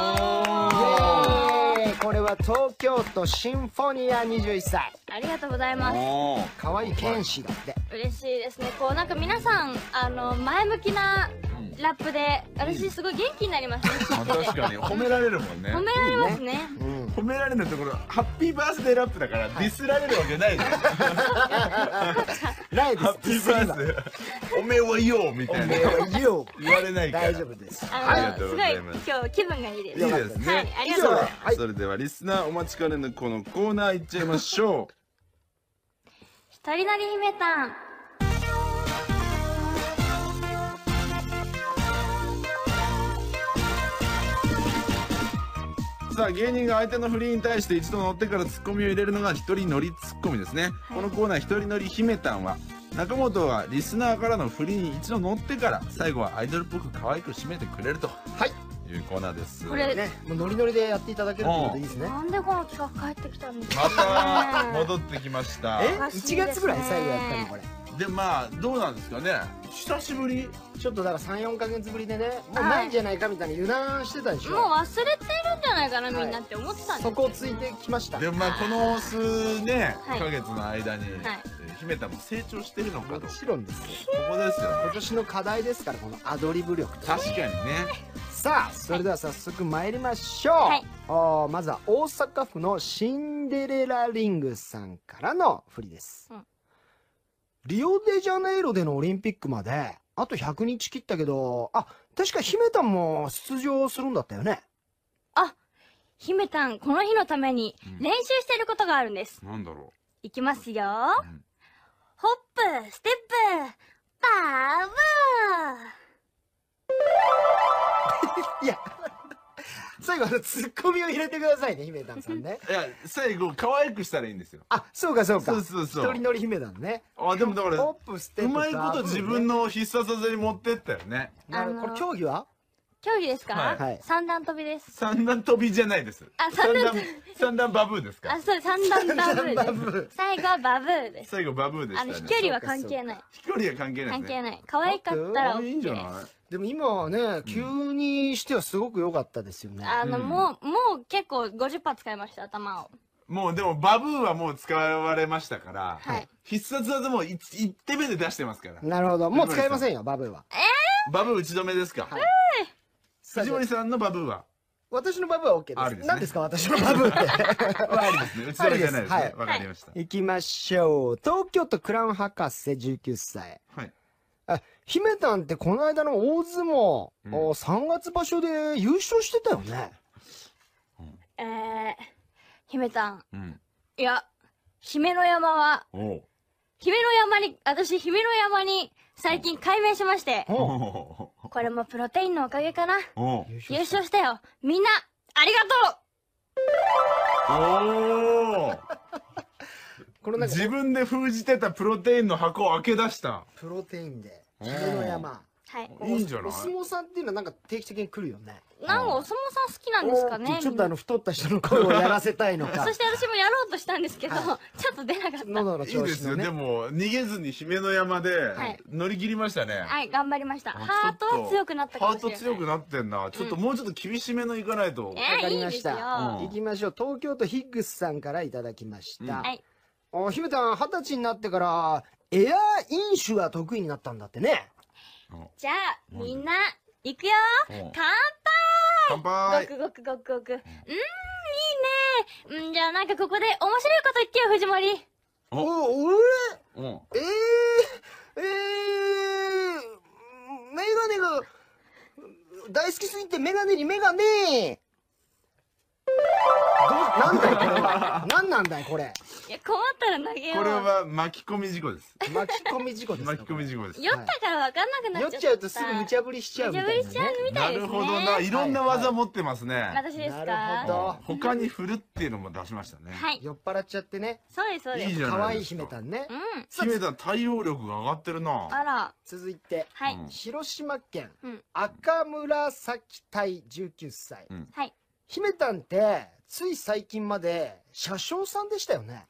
ーイこれは東京都シンフォニア21歳ありがとうございます可愛い剣士だって嬉しいですねこうなんか皆さん前向きなラップで私すごい元気になりますね確かに褒められるもんね褒められますね褒められるところハッピーバースデーラップだからディスられるわけないじゃん。 ないです。 ハッピーバースデーおめえはよみたいな言われないから大丈夫です。 ありがとうございます。 すごい今日気分がいいです。 いいですね。 はい、ありがとうございます。 それではリスナーお待ちかねのこのコーナー行っちゃいましょう。 一人乗り姫たん。 さあ芸人が相手の振りに対して一度乗ってからツッコミを入れるのが一人乗りツッコミですね、このコーナー一人乗り姫たんは中本がリスナーからの振りに一度乗ってから最後はアイドルっぽく可愛く締めてくれるというコーナーです。 これね、もうノリノリでやっていただけるということでいいですね。 なんでこの企画帰ってきたんですか。 また戻ってきました。 1月ぐらい最後やったのこれ。 でまあどうなんですかね、久しぶり。 ちょっとだから3、4ヶ月ぶりでね、もうないんじゃないかみたいな油断してたでしょ。 もう忘れてるんじゃないかなみんなって思ってたんですけど、 そこをついてきました。 でもまあこの数ね、 はいヶ月の間に、姫たんも成長してるのかと。 もちろんですよ。 ここですよね。 今年の課題ですから、このアドリブ力。 確かにね。 さあそれでは早速参りましょう、 はい、 まずは大阪府のシンデレラリングさんからの振りです、リオデジャネイロでのオリンピックまであと100日切ったけど、確か姫たんも出場するんだったよね。 姫たんこの日のために練習してることがあるんです、 なんだろう。 いきますよ、ホップステップバーブいや最後ツッコミを入れてくださいね、姫たんさんね。 いや最後可愛くしたらいいんですよ。 そうかそうか。 そう一人乗り姫たんね。 でもだからホップステップうまいこと自分の必殺技に持ってったよね。 これ競技は競技ですか、 はい、 三段跳びです。 三段跳びじゃないです。三段バブーですか。 そう三段バブーです。最後はバブーです。 最後バブーでしたね。 飛距離は関係ない。 飛距離は関係ない。 関係ない。可愛かったら OK です。 いいんじゃない。 でも今はね、急にしてはすごく良かったですよね。 もう結構50発使いました、頭を。 もうでもバブーはもう使われましたから、必殺技も1手目で出してますから。 なるほど。もう使えませんよ、バブーは。 バブー打ち止めですか。藤森さんのバブーは私のバブーは OK です。何ですか私のバブーって。 ありですね。打ち止めじゃないですね。わかりました。 行きましょう。東京都クラウン博士19歳。姫たんってこの間の大相撲、3月場所で優勝してたよね。 姫たん。いや、姫の山は、私姫の山に最近改名しまして、これもプロテインのおかげかな。優勝したよ。みんな、ありがとう。自分で封じてたプロテインの箱を開け出した。 プロテインで姫の山。 いいんじゃない。 お相撲さんっていうのはなんか定期的に来るよね。 なんかお相撲さん好きなんですかね。 ちょっと太った人の声をやらせたいのか。 そして私もやろうとしたんですけど、ちょっと出なかった。 喉の調子のね。 いいですよ。でも逃げずに姫の山で乗り切りましたね。 はい、頑張りました。ハートは強くなったかもしれない。 ハート強くなってんな。ちょっともうちょっと厳しめのいかないと。わかりました。行きましょう。東京都ヒッグスさんからいただきました。姫たん20歳になってからエア飲酒が得意になったんだってね。 じゃあみんな行くよ。乾杯。 乾杯。 ごくごくごくごく。いいね。じゃあなんかここで面白いこと言ってよ藤森。 俺メガネが大好きすぎてメガネにメガネ。なんだいこれは。何なんだいこれ。 いや困ったら投げよう。 これは巻き込み事故です。 巻き込み事故です。 巻き込み事故です。 酔ったから分かんなくなっちゃった。 酔っちゃうとすぐ無茶ぶりしちゃうみたいな。 無茶ぶりしちゃうみたいですね。 なるほどな。いろんな技持ってますね。 私ですか。 なるほど。 他に振るっていうのも出しましたね。 はい。 酔っ払っちゃってね。 そうですそうです。 いいじゃないですか。 可愛い姫たんね。 姫たん対応力が上がってるな。 あら。 続いて広島県赤紫隊19歳。 はい。 姫たんってつい最近まで車掌さんでしたよね。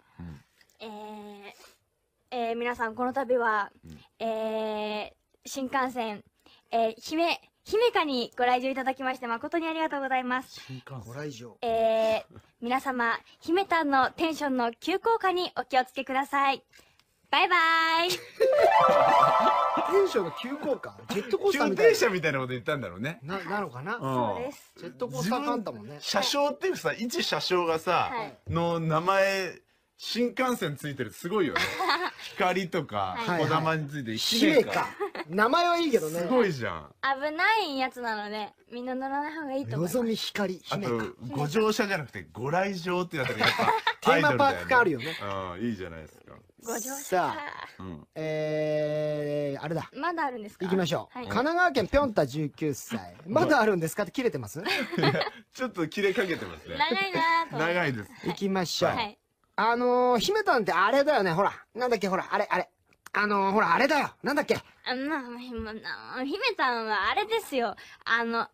皆さんこの度は、新幹線、姫花にご来場いただきまして誠にありがとうございます。 ご来場。 皆様姫たんのテンションの急降下にお気をつけください。 バイバイ。 テンションが急降下。ジェットコースター急みたい停車みたいなこと言ったんだろうね。 なのかな。 そうです。 ジェットコースターかんだもんね。 車掌っていうさ、一車掌がさ、の名前、新幹線ついてるすごいよね。光とか、こだまについて姫か。名前はいいけどね。 すごいじゃん。 危ないやつなので、みんな乗らない方がいいと思います。 のぞみ光姫か。 あと、ご乗車じゃなくて、ご来場ってやったらやっぱ、 テーマパーク感あるよね。 いいじゃないですか。 ご乗車。 さあ、あれだ。 まだあるんですか？ 行きましょう。神奈川県ぴょんた19歳。まだあるんですかって切れてます？ ちょっと切れかけてますね。 長いなーと。 長いです。 行きましょう。 はい。 姫たんってあれだよね、ほら。なんだっけ、ほら、あれ。ほら、あれだよ。なんだっけ。 姫さんはあれですよ。あれだよ。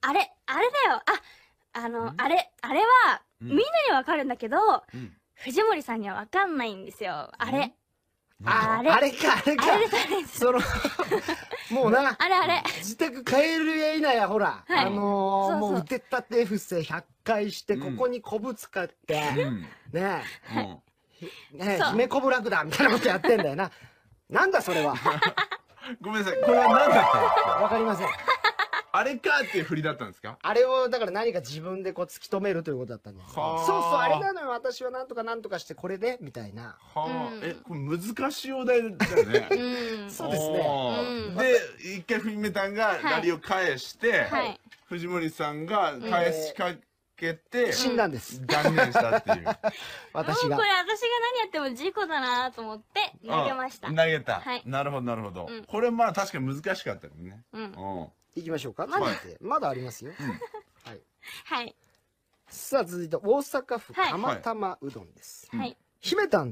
あれは、みんなにわかるんだけど、藤森さんにはわかんないんですよ。あれ。 あれか。その、もうな。 あれ。 自宅帰るや否や、ほら。もう腕立て伏せ100回して、ここにこぶ使って、ねえ、姫こぶラクダみたいなことやってんだよな。なんだそれは。 ごめんなさい、これは何だったんですか？ わかりません。 あれかっていう振りだったんですか？ あれを、だから何か自分でこう突き止めるということだったんです。そう、あれなのよ、私はなんとかしてこれで、みたいな。 これ難しいお題だよね。 そうですね。 で、一回姫たんがラリを返して、藤森さんが返しかけて、 死んだんです。 断念したっていう。 私が。 これ私が何やっても事故だなと思って投げました。 投げた。なるほど。これまあ確かに難しかったよね。 行きましょうか。まだありますよ。 はい。 さあ続いて大阪府釜玉うどんです。姫たんって、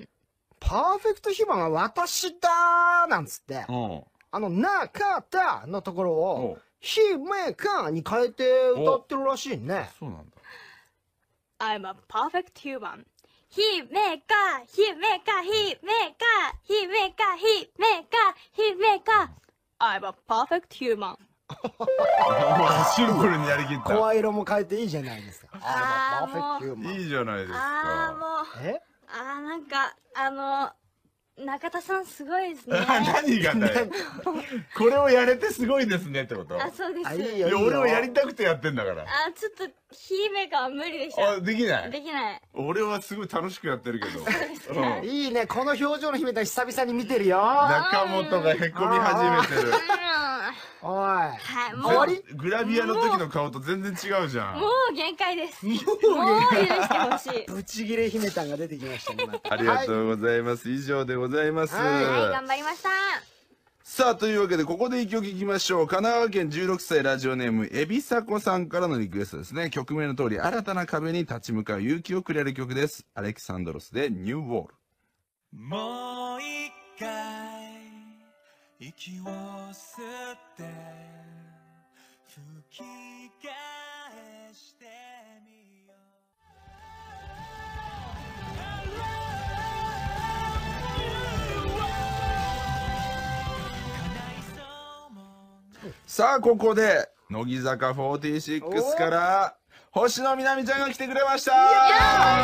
パーフェクトヒバが私だなんつって、なかったのところを、姫かに変えて歌ってるらしいね。 そうなんだ。 I'm a perfect human. 姫か。I'm a perfect human. シンプルにやりきった。 声色も変えていいじゃないですか。 いいじゃないですか。 なんか、中田さんすごいですね。 何がだよ。これをやれてすごいですねってこと？ そうです。 いや、俺はやりたくてやってんだから。 ちょっと、姫かは無理でした。 できない？ できない。 俺はすごい楽しくやってるけど。 いいね、この表情の姫たん久々に見てるよ。 中本がへこみ始めてる。 おい。 もう終わり？ グラビアの時の顔と全然違うじゃん。 もう限界です。もう許してほしい。 ブチギレ姫たんが出てきましたね。 ありがとうございます。以上でございます。 はい、頑張りました。 さあ、というわけで、ここで一曲聴きましょう。神奈川県16歳ラジオネーム、えびさこさんからのリクエストですね。曲名の通り、新たな壁に立ち向かう勇気をくれる曲です。アレキサンドロスで、ニューウォール。 もう一回、息を吸って吹き返してみよう。さあ、ここで乃木坂46から星野みなみちゃんが来てくれました。 いら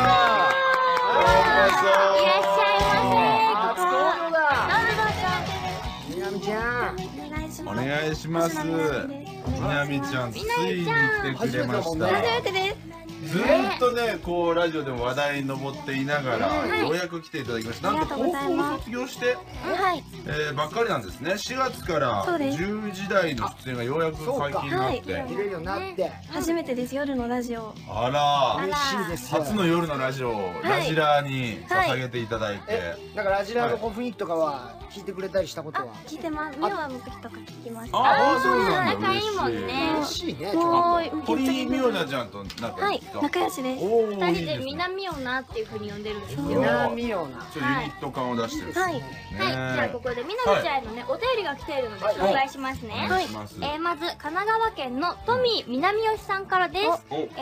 っしゃいませ。 初登場だ。 みなみちゃん。 お願いします。みなみちゃん、ついに来てくれました。 初めてです。 ずっとね、こうラジオでも話題に上っていながら、ようやく来ていただきました。なんと高校を卒業して、ばっかりなんですね。4月から10時台の出演がようやく解禁になって。 見れるようになって。 初めてです、夜のラジオ。 あら、 嬉しいですよ。 初の夜のラジオをラジラーに捧げていただいて。 なんかラジラーの雰囲気とかは聞いてくれたりしたことは？ 聞いてます。ミワの時とか聞きました。 そうなんだ。 仲いいもんね。 嬉しいね。 鳥みおなちゃんと仲いいですか？ 仲良しです。二人で南オナっていう風に呼んでるんですよ。 南オナ。 ちょっとユニット感を出してる。 はい。じゃあここでみなみちゃんへのねお便りが来ているので紹介しますね。まず神奈川県のトミー南吉さんからです。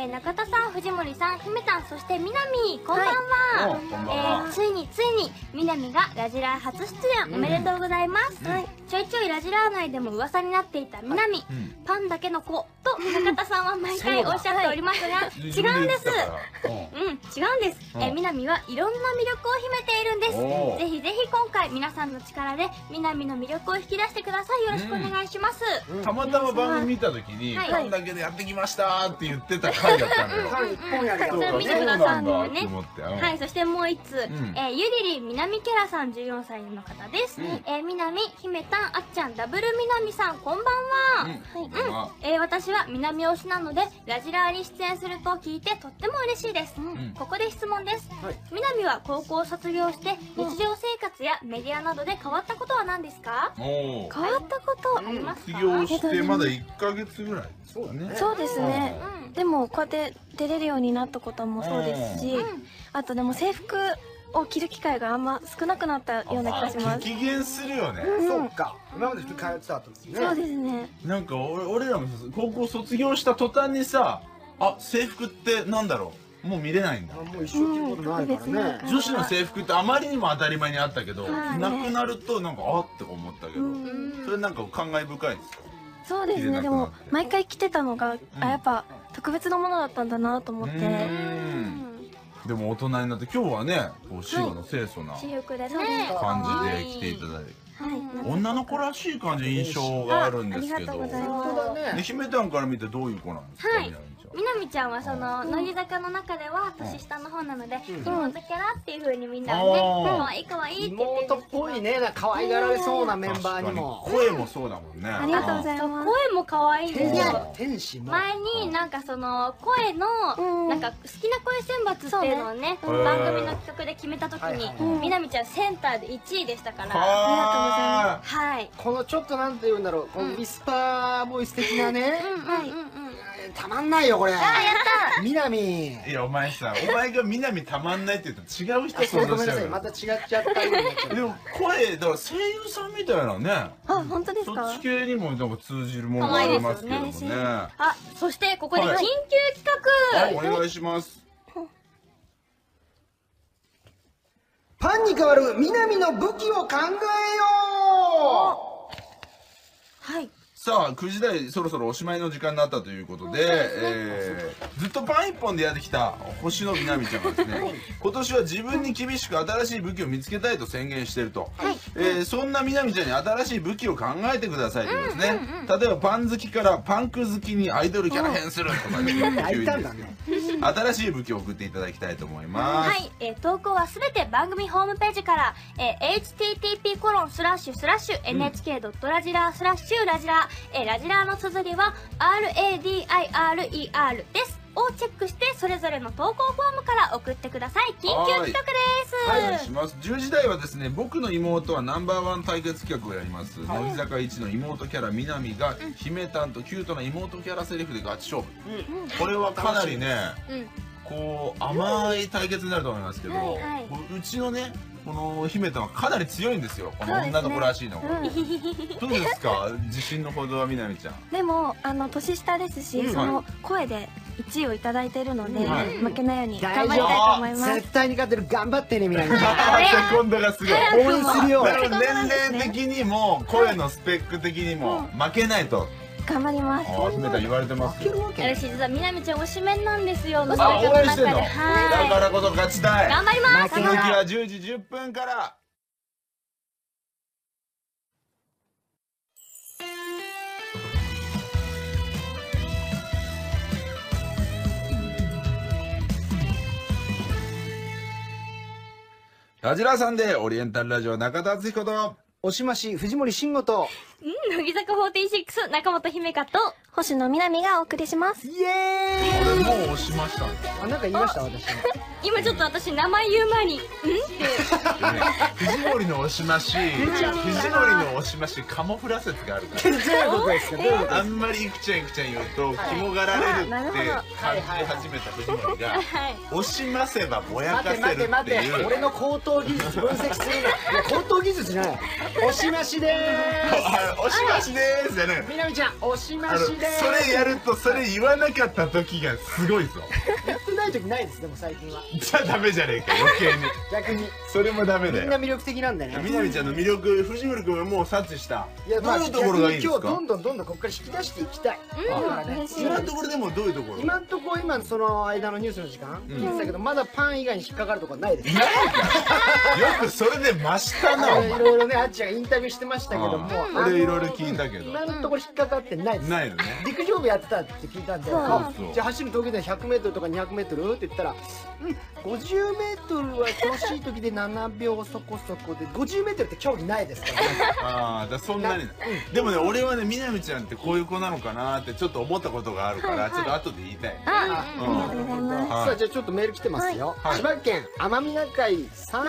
中田さん、藤森さん、姫たん、そしてみなみ、こんばんは。ついにみなみがラジラ初出演おめでとうございます。 ちょいちょいラジラー内でも噂になっていたみなみ、パンだけの子と中田さんは毎回おっしゃっておりますが、違うんです。違うんです。みなみはいろんな魅力を秘めているんです。ぜひぜひ今回皆さんの力でみなみの魅力を引き出してください。よろしくお願いします。 たまたま番組見た時にパンだけでやってきましたって言ってた回だったのよ。 それ見てくださんのね。はい、そしてもう一つ、ゆりりんみなみキャラさん14歳の方です。みなみ、ひめたん、あっちゃん、ダブルみなみさん、こんばんは。私はみなみ推しなので、ラジラーに出演すると聞いてとっても嬉しいです。ここで質問です。みなみは高校を卒業して、日常生活やメディアなどで変わったことは何ですか？変わったことありますか？ 卒業してまだ1ヶ月ぐらいですかね。 そうですね。でもこうやって出れるようになったこともそうですし、あとでも制服を着る機会があんま少なくなったような気がします。 激減するよね。 そうか。今まで普通通ってたんですね。 そうですね。 なんか俺らも高校卒業した途端にさ、あ、制服ってなんだろう、もう見れないんだ。 もう一生着ることないからね。 女子の制服ってあまりにも当たり前にあったけど、なくなるとなんかあって思ったけど、それなんか感慨深いですか？ そうですね。でも毎回着てたのがやっぱ特別なものだったんだなと思って。 でも大人になって今日はね、白の清楚な私服でね感じで着ていただいて、女の子らしい感じ印象があるんですけど、姫たんから見てどういう子なんですか？ みなみちゃんはその乃木坂の中では年下の方なので、妹キャラっていう風にみんなね、可愛い可愛いって言って妹っぽいね、可愛がられそうなメンバーにも。 声もそうだもんね。 ありがとうございます。 声も可愛いですよ。 天使も前になんかその声のなんか好きな声選抜っていうのをね、番組の企画で決めた時にみなみちゃんセンターで1位でしたから。 ありがとうございます。はい。 このちょっとなんて言うんだろう、このウィスパーボイス的なね、たまんないよこれ。みなみ。 いやお前さ、お前がみなみたまんないって言ったら違う人想像しちゃうよ。 また違っちゃったでも声だから声優さんみたいなね。 あ、本当ですか？ そっち系にもなんか通じるものがありますけどもね。 あ、そしてここで緊急企画。 お願いします。 パンに代わるみなみの武器を考えよう。はい。 さあ9時台そろそろおしまいの時間になったということで、ずっとパン一本でやってきた星野みなみちゃんがですね、今年は自分に厳しく新しい武器を見つけたいと宣言していると、そんなみなみちゃんに新しい武器を考えてくださいというですね、例えばパン好きからパンク好きにアイドルキャラ変するとか急に新しい武器を送っていただきたいと思います。 はい、投稿はすべて番組ホームページから、http://nhk.radira/ラジラーの綴りは RADIRER ですをチェックしてそれぞれの投稿フォームから送ってください。緊急企画です。 お願いします。10時台はですね、僕の妹はナンバーワン対決企画をやります。乃木坂一の妹キャラみなみが姫たんとキュートな妹キャラセリフでガチ勝負。これはかなりね、こう甘い対決になると思いますけど、うちのねこの姫たんはかなり強いんですよ、この女の子らしいのが。どうですか、自信のほどはみなみちゃん？ でも年下ですし、その声で1位をいただいているので、負けないように頑張りたいと思います。 絶対に勝てる、頑張ってねみなみちゃん。 セコンドがすごい応援するよ。 年齢的にも声のスペック的にも負けないと。 頑張ります。 姫たん言われてますよ。 私実はみなみちゃん推しメンなんですよ。 応援してんの？だからこそ勝ちたい。 頑張ります。 続きは10時10分から。ラジラーさんでオリエンタルラジオ中田敦彦とおしまし藤森慎吾と乃木坂46中本姫香と星野みなみがお送りします。 イエーイ。 俺もう押しました。 あ、なんか言いました私。 今ちょっと私名前言う前にって藤森の押しまし、藤森の押しましカモフラ説があるから。 どういうことですか？ あんまりいくちゃん言うと肝がられるって感じ始めた藤森が押しませばぼやかせるっていう。 俺の高等技術分析するの。いや高等技術じゃない。押しましでーす。 押しましでーすじゃね。 みなみちゃん押しましでーす。 それやるとそれ言わなかった時がすごいぞ。 言ってない時ないです。でも最近はじゃあダメじゃねえか、余計に。 逆にそれもダメだよ。 みんな魅力的なんだね。 みなみちゃんの魅力、藤森君はもう察知した。 いや、 どういうところがいいんですか？ 今日どんどんここから引き出していきたい。 今のところでもどういうところ？ 今のところ、今その間のニュースの時間聞いてたけど、まだパン以外に引っかかるところはないです。 よくそれで増したな、お前。 いろいろね、あっちゃんがインタビューしてましたけども、 俺いろいろ聞いたけど。 今のところ引っかかってないです。 ないのね。 陸上部やってたって聞いたんで、じゃあ走る時で 100m とか 200m って言ったら、50m は調子いい時で7秒そこそこで、50m って競技ないですからね。 ああ、だそんなに。でもね、俺はね、みなみちゃんってこういう子なのかなってちょっと思ったことがあるから、ちょっと後で言いたい。 ありがとうございます。 さあ、じゃあちょっとメール来てますよ。千葉県奄美中井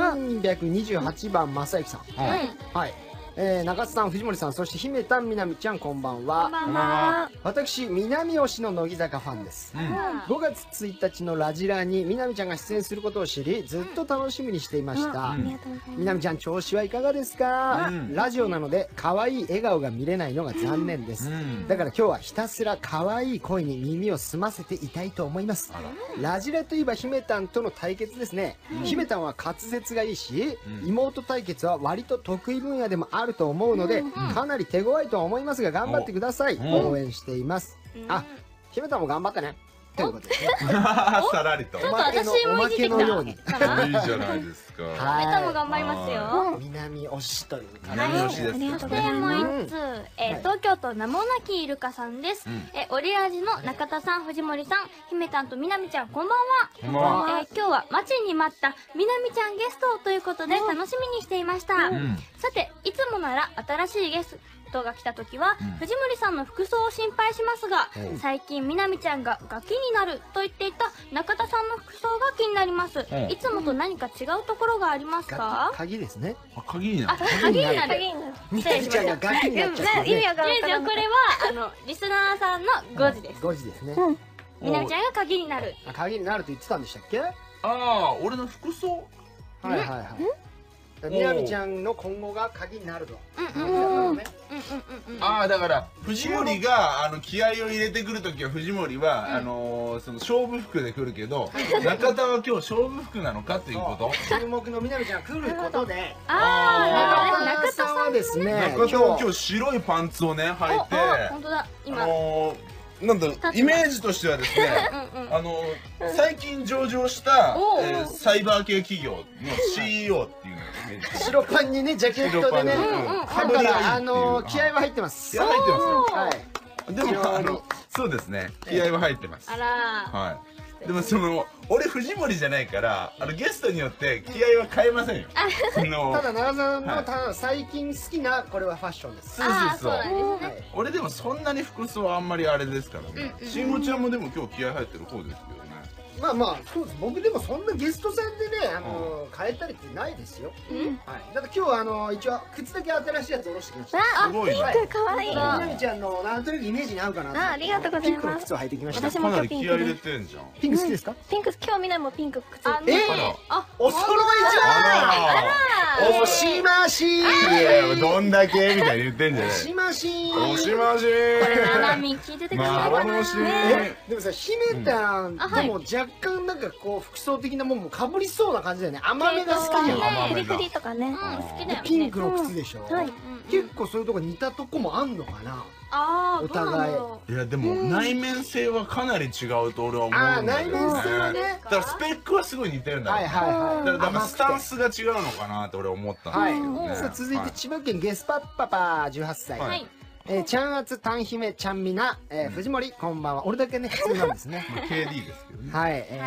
328番正幸さん。はい。中津さん、藤森さん、そして姫たんみなみちゃん、こんばんは。 こんばんは。 私、南推しの乃木坂ファンです。5月1日のラジラにみなみちゃんが出演することを知り、ずっと楽しみにしていました。みなみちゃん、調子はいかがですか？ラジオなので可愛い笑顔が見れないのが残念です。だから今日はひたすら可愛い声に耳を澄ませていたいと思います。ラジラといえば姫たんとの対決ですね。姫たんは滑舌がいいし、妹対決は割と得意分野でもあると思うので、かなり手強いとは思いますが頑張ってください。応援しています。あ、姫たんも頑張ってね。ということでね。 さらりと。 おまけのように。いいじゃないですか。 メタも頑張りますよ。 南推しというか。 南推しです。 そしてもう一つ、東京都名もなきイルカさんです。オリラジの中田さん、藤森さん、姫たんとみなみちゃん、こんばんは。今日は待ちに待ったみなみちゃんゲストということで楽しみにしていました。さて、いつもなら新しいゲストが来た時は、藤森さんの服装を心配しますが、最近みなみちゃんがガキになると言っていた中田さんの服装が気になります。いつもと何か違うところがありますか？ 鍵ですね。 鍵になる。 鍵になる。 みなみちゃんがガキになっちゃう。 意味わからない。 これはリスナーさんの5時です。 5時ですね。 みなみちゃんが鍵になる。 鍵になると言ってたんでしたっけ？ああ、俺の服装。 はいはいはい。みなみちゃんの今後が鍵になると。 ああ、だから藤森が気合を入れてくるときは藤森はその勝負服で来るけど、中田は今日勝負服なのかということ。 注目のみなみちゃんが来ることで、 中田さんはですね、 中田は今日白いパンツをね履いて、 本当だ。今なんだイメージとしてはですね、最近上場したサイバー系企業の CEO っていうのが白パンにねジャケットでね、 かぶりがいいっていう。 気合は入ってます。 気合入ってますよ。 はい。 でもそうですね、気合は入ってます。 あら。 はい。でも俺藤森じゃないからゲストによって気合は変えませんよ。 ただ奈良さんの最近好きなこれはファッションです。 そう俺でもそんなに服装はあんまりあれですからね。しんごちゃんもでも今日気合入ってる方ですけどね。 まあまあそうです。僕でもそんなゲストさんでね変えたりってないですよ。はい。だって今日一応靴だけ新しいやつ下ろしてきました。 すごい。ピンク可愛い。みなみちゃんのなんとなくイメージに合うかな。 ありがとうございます。 ピンクの靴を履いてきました。 私も今日ピンクです。 ピンク好きですか？ ピンク今日みんなもピンク靴。 お揃いじゃん。おしまし。いやどんだけみたいに言ってんじゃない。 おしまし。 おしまし。 これななみ聞いててください。 幻。 でもさ姫たんでも若干なんかこう服装的なもんもかぶりそうな感じだよね。甘めが好きじゃん。 フリフリとかね。 好きだよね。 ピンクの靴でしょ。 はい。 結構そういうとこ似たとこもあんのかな。 お互い。 いやでも内面性はかなり違うと俺は思うんだよね。 内面性はね。 だからスペックはすごい似てるんだよ。だからスタンスが違うのかなって俺思ったんですけどね。 さあ続いて千葉県ゲスパッパパ18歳。はい。ちゃんあつたん姫ちゃんみな藤森こんばんは。俺だけね普通なんですね。 KD ですけどね。 はい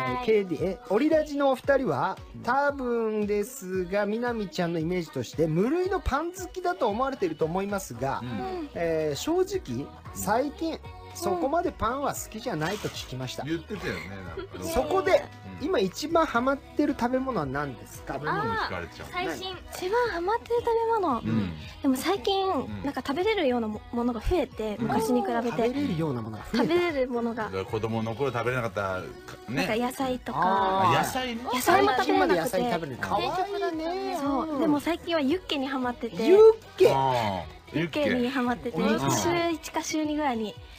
。KD オリラジのお二人は多分ですがみなみちゃんのイメージとして無類のパン好きだと思われていると思いますが、正直最近そこまでパンは好きじゃないと聞きました。 言ってたよね。 そこで今一番ハマってる食べ物は何ですか？ 最新一番ハマってる食べ物。でも最近なんか食べれるようなものが増えて昔に比べて。 食べれるようなものが増えた。食べれるものが。 子供の頃食べれなかったなんか野菜とか。 野菜ね。 野菜も食べれなくて。 野菜食べる。可愛いね。 そう。でも最近はユッケにハマってて。 ユッケ。 ユッケにハマってて週1か週2ぐらいに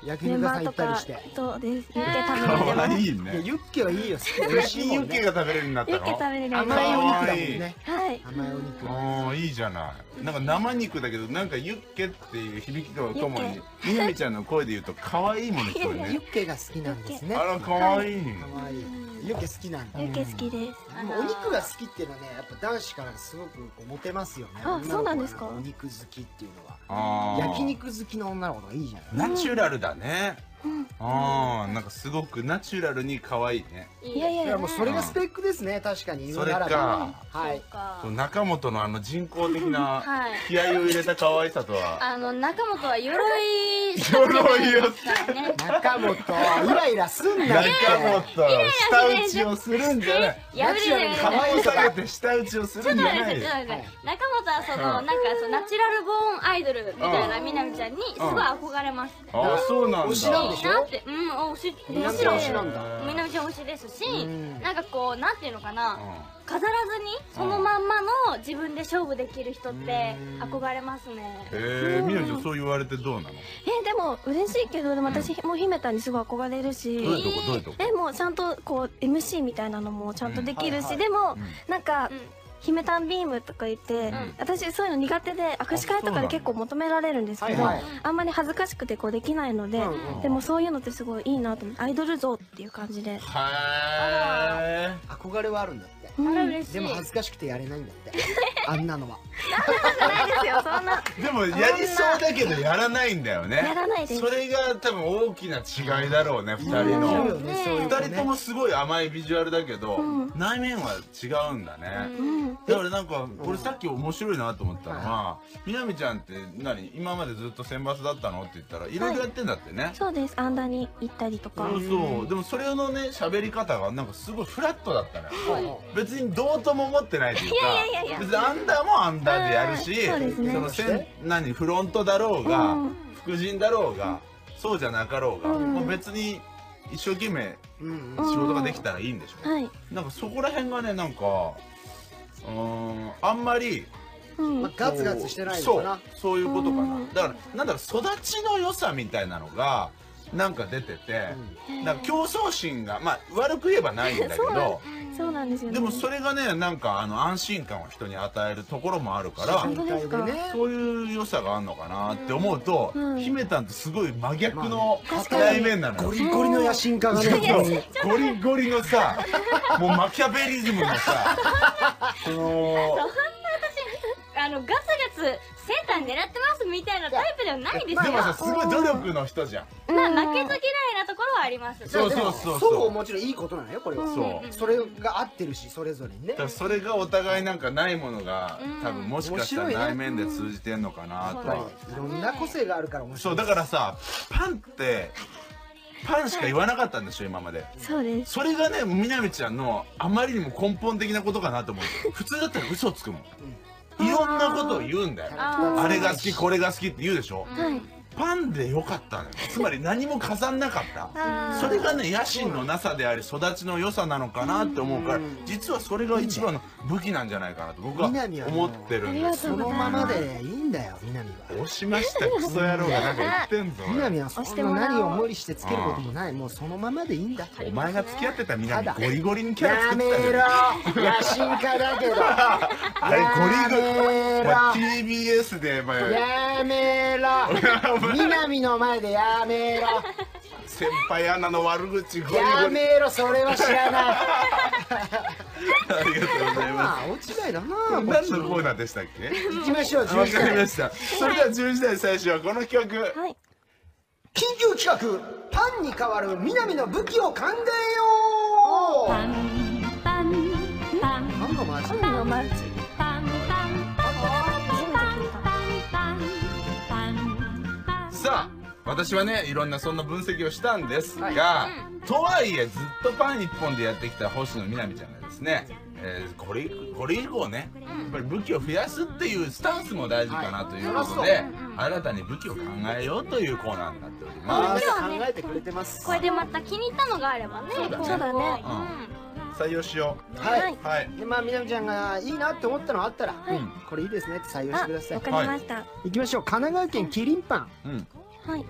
焼メン肉屋さん行バーとかったりして。 そうですユッケ食べれてかわますいいいやね。 ユッケはいいよ。美味最近しいもんね。 ユッケが食べれるようになったユッケ食の？ べれるようにな甘いお肉だもんかわいね。 はい甘いお肉。 ああいいじゃない。なんか生肉だけどなんかユッケっていう響きとともにみなみちゃんの声で言うと可愛いもの聞こえるユね。 ッケが好きなんですね。 あら可愛い。 可愛い。ユッケ好きなんだ。 ユッケ好きですでもお肉が好きっていうのはね、やっぱ男子からすごくこうモテますよね。 あそうなんですかお肉好きっていうのは。 ああ。 焼肉好きの女の子がいいじゃない。 ナチュラルだね。ああなんかすごくナチュラルに可愛いね。 いやいやいやいやもうそれがスペックですね。確かに言うならば。 それかはい。 そう中本の人工的なはい気合を入れた可愛さとは。 中本は鎧鎧をね中本イライラすんなって。 中本舌打ちをするんじゃない。 やめてやめて可愛さげて舌打ちをするんじゃないよ。 中本はなんかナチュラルボーンアイドルみたいなみなみちゃんにすごい憧れます。 ああそうなんだ。 推しなんでしょなって推しみなみちゃん推しなんだ。 みなみちゃん推しですし、 んなんかこうなんていうのかな、飾らずにそのまんまの自分で勝負できる人って憧れますね。 へえみなみちゃんそう言われてどうなの？ でも嬉しいけどでも私も姫たんにすごい憧れるしどういうとこどういうとこ？ もうちゃんとこう MC みたいなのもちゃんとできるし、 はいはいでもなんかうん姫たんビームとか言って、私そういうの苦手で握手会とかで結構求められるんですけど、 はいはいあんまり恥ずかしくてこうできないので、でもそういうのってすごいいいなと思ってアイドル像っていう感じで、 は憧れはあるんだって。 あら嬉しい。 でも恥ずかしくてやれないんだって。あんなのは。 じゃないですよそんなでもやりそうだけどやらないんだよね。 やらないですそれが多分大きな違いだろうね二人いるよの。 ねそういう子ね。 二人ともすごい甘いビジュアルだけど内面は違うんだね。だからなんかこれさっき面白いなと思ったのはみなみちゃんって今までずっと選抜だったのって言ったらいろいろやってんだってね。 そうですアンダーに行ったりとか、 そうでもそれのね喋り方がなんかすごいフラットだったのよ。 はい別にどうとも思ってないというかいやいやいや別にアンダーもアンダーでやるしそうですねそのフロントだろうが副陣だろうがそうじゃなかろうがもう別に一生懸命仕事ができたらいいんでしょ。 はいなんかそこら辺がねなんかあんまりまあガツガツしてないのかな。 そういうことかな。だからなんだろう育ちの良さみたいなのがなんか出ててなんか競争心がまあ悪く言えばないんだけどそうなんですよね。 でもそれがねなんか安心感を人に与えるところもあるから全体でね。 そういう良さがあるのかなって思うと姫たんとすごい真逆の確かに内面なのよ。 ゴリゴリの野心家がね。 ゴリゴリのさもうマキャベリズムのさそのガツガツセンター狙ってますみたいなタイプではないですよ。 でもさすごい努力の人じゃん。 負けず嫌いなところはあります。 そうでもそうそうもちろんいいことなのよこれは。 そうそれが合ってるしそれぞれにねだか。らそれがお互いなんかないものが多分もしかしたら面白いね内面で通じてんのかなとは。 いろんな個性があるから面白い。 そうだからさパンってパンしか言わなかったんでしょ今まで。 そうです。 それがねみなみちゃんのあまりにも根本的なことかなと思う。普通だったら嘘つくもん。いろんなことを言うんだよ。あれが好きこれが好きって言うでしょ。 はい。 パンでよかったのよ。つまり何も飾んなかったそれがね野心のなさであり育ちの良さなのかなって思うから実はそれが一番の武器なんじゃないかなと僕は思ってるんですそのままでいいんだよ南は。 押しましたクソ野郎がなんか言ってんぞ南はそんな何を無理してつけることもない。もうそのままでいいんだ。 お前が付き合ってた南ゴリゴリにキャラやめ作ってたじろゃん野心家だけどあれゴリゴリやめろお前 TBS でお前やめろ南の前でやめろ先輩アナの悪口ゴリゴリやめろそれは知らないありがとうございままあ落ちないだなす何のコーナーでしたっけ行きましょうわかり 11 ま代したそれでは10時台最初はこの企画はい。 緊急企画パンに代わる南の武器を考えようパンパンパンパンのマーチパンのマルチ。 パンパンパンパンパンパンさあ私はねいろんなそんな分析をしたんですが、とはいえずっとパン一本でやってきた星野みなみちゃんがですね、これ以降ねやっぱり武器を増やすっていうスタンスも大事かなということで、新たに武器を考えようというコーナーになっております。 武器はね考えてくれてますこれでまた気に入ったのがあればね。 そうだねそうだね。 採用しよはい、 う。はい。 でまあみなみちゃんがいいなって思ったのあったら、 はいこれいいですねって採用してくださいわかりました。 行きましょう神奈川県キリンパンうん。 はい。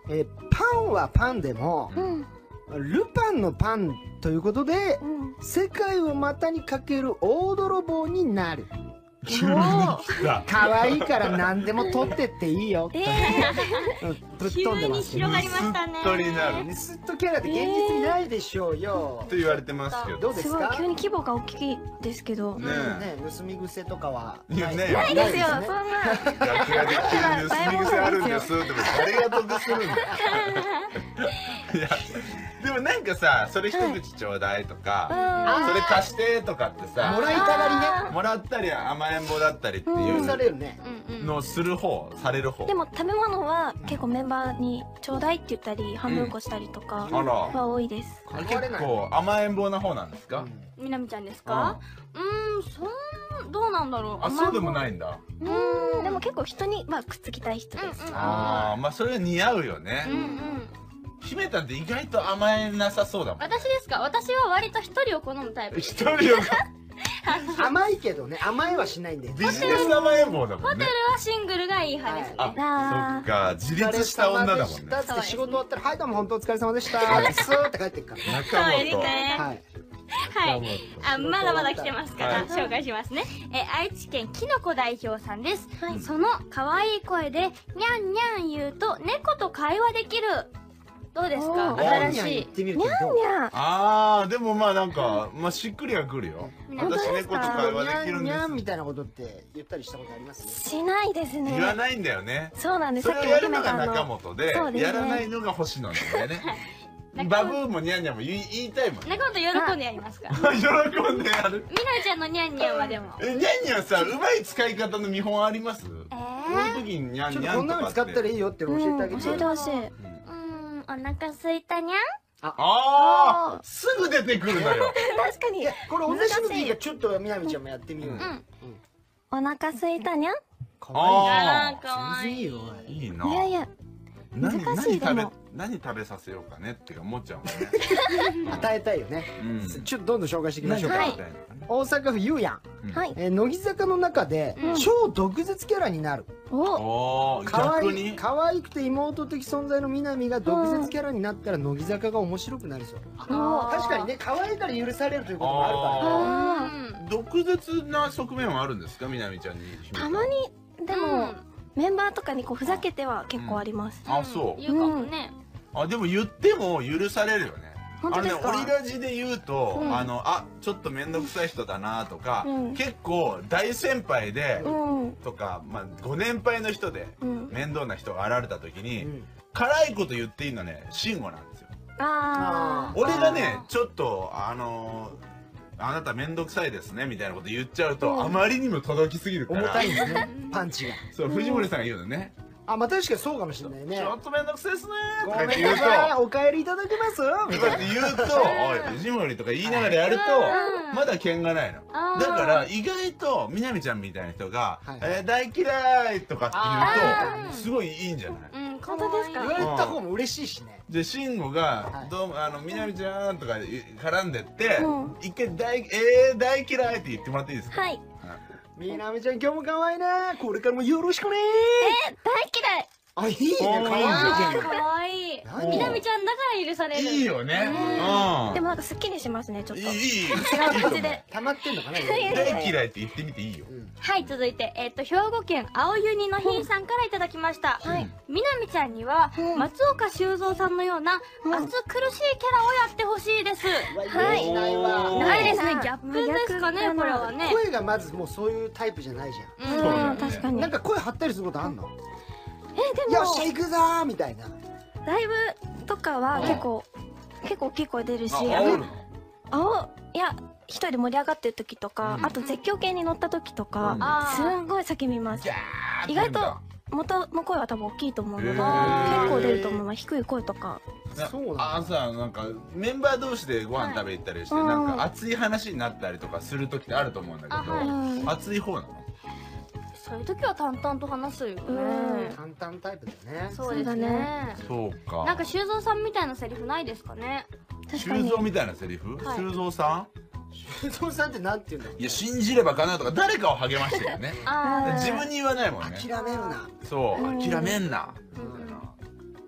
パンはパンでも、ルパンのパンということで、世界を股にかける大泥棒になる。 急に来た。 可愛いから何でも取ってっていいよ。ぶっ飛んでますけど。 急に広がりましたね。 盗っ人になる。 盗っ人キャラって現実にないでしょうよ。 と言われてますけど。 どうですすごいか？ 急に規模が大きいですけど。 ねね、盗み癖とかはないえ。ねないですよ、そんな。 楽屋で急に盗み癖あるんですって誰が得するんだよ。いやでもなんかさ、それ一口ちょうだいとか、それ貸してとかってさ、 もらいたがりね。 もらったり甘えん坊だったりってい許さうれるね。 のをする方、される方。 でも食べ物は結構メンバーにちょうだいって言ったり半分こしたりとかあら、 は多いです。 結構甘えん坊な方なんですか？ みなみちゃんですか？どうなんだろう。 あ、そうでもないんだ。 でも結構人にまあくっつきたい人です。 ああ、まあそれが似合うよね。姫たんって意外と甘えなさそうだもん。 私ですか？私は割と一人を好むタイプ。 一人を甘いけどね、甘えはしないんだよ。 ビジネス甘えん坊だもんね。 ホテルはシングルがいい派ですね。 あ、そっか、自立した女だもんね。 だって仕事終わったら、はいどうも本当お疲れ様でした。スーって帰ってくからね。 中そうです本。 ね。 はい。 はい。あ、まだまだ来てますから、 はい紹介しますね。愛知県きのこ代表さんです。その可愛い声で、にゃんにゃん言うと、猫と会話できる。どうですか？ お新しいニャンニャン言っ。てみるけど。 にゃああ、でもまあなんか、まあしっくりはくるよ。私猫と会話できるんですニャンニャン。みたいなことって言ったりしたことあります？ しないですね。 言わないんだよね。 そうなんです。 それをやるのがさっき中本で、 そうですねやらないのが星野なんだよね。バブーもニャンニャンも言いたいもんね。 猫と喜んでやりますから。 喜んでやる。 みなみちゃんのにゃんにゃんはでも。 ニャンニャンさ、うまい使い方の見本あります？こういう時にニャンちょっニャンとかとこんなの使ったらいいよって教えてあげて。 教えてほしい。 お腹すいたにゃん？ ああ、すぐ出てくるのよ。 確かに。 これ同じのでいいからちょっとみなみちゃんもやってみようよ。 お腹すいたにゃん。 かわいい。 あか全然いいよ。 あ、いいな。 いやいや、難しいでも。 何食べさせようかねって思っちゃうもんね。 与えたいよね。ちょっとどんどん紹介していきましょうか。 何食べたいのかね。 大阪府ゆうやん。 はい。 乃木坂の中で超毒舌キャラになる。 お、 おー、 可愛い逆に。 可愛くて妹的存在のみなみが毒舌キャラになったら乃木坂が面白くなりそう。確かにね、可愛いから許されるということもあるからね。 毒舌な側面はあるんですか、みなみちゃんに。 たまにでもメンバーとかにこうふざけては結構あります。 あ、そう。 言うかもね。 あ、でも言っても許されるよね。 本当ですか？ オリラジで言うと、ちょっと面倒くさい人だなとか、結構大先輩で、とか、まあ、ご年配の人で、面倒な人が現れた時に、辛いこと言っていいのね、慎吾なんですよ。俺がね、ちょっと、あなた面倒くさいですね、みたいなこと言っちゃうと、あまりにも届きすぎるから。 重たいんですね、パンチが。 そう、藤森さんが言うのね。 あ、まあ確かにそうかもしれないね。 ちょっと面倒くさいですねとごか言うと、 めんなさい、お帰りいただけますみたいな。 言うと、おい、藤森とか言いながらやると、まだ剣がないの。だから、意外と、みなみちゃんみたいな人が、大嫌いとかって言うと、すごいいいんじゃない？ 本当ですか？ 言われた方も嬉しいしね。 で、慎吾が、どうも、みなみちゃんとか絡んでって、一回大嫌いって言ってもらっていいですか？ はい。 みなみちゃん今日も可愛いね。これからもよろしくね。 大嫌い。 あ、いいね。可愛いじゃん。 かわいい。みなみちゃんだから許される。 いいよね。 でもなんかスッキリしますね、ちょっと。 いい。 違う感じで。 溜まってんのかな。 大嫌いって言ってみていいよ。 はい、続いて、兵庫県青ユニのひんさんからいただきました。みなみちゃんには、松岡修造さんのような、暑苦しいキャラをやってほしいです。 はい。ないわ。 ないですね、ギャップですかね、これはね。 声がまずもうそういうタイプじゃないじゃん。確かに。 なんか声張ったりすることあんの？ でもよっしゃ行くぞーみたいな。 ライブとかは結構大きい声出るし、いや一人で盛り上がってる時とか、あと絶叫系に乗った時とか、すんごい叫びます。意外と元の声は多分大きいと思うので、結構出ると思う。低い声とか。 そうだ。 さ、なんかメンバー同士でご飯食べ行ったりして、なんか熱い話になったりとかする時ってあると思うんだけど、熱い方なの？ そういう時は淡々と話すよね。 淡々タイプだよね。 そうですね。 そうか。 なんか修造さんみたいなセリフないですかね？ 修造みたいなセリフ？修造さん？ 修造さんってなんて言うんだろう？ いや、信じればかなとか誰かを励ましてるよね。自分に言わないもんね。 諦めるな。 そう、諦めんな。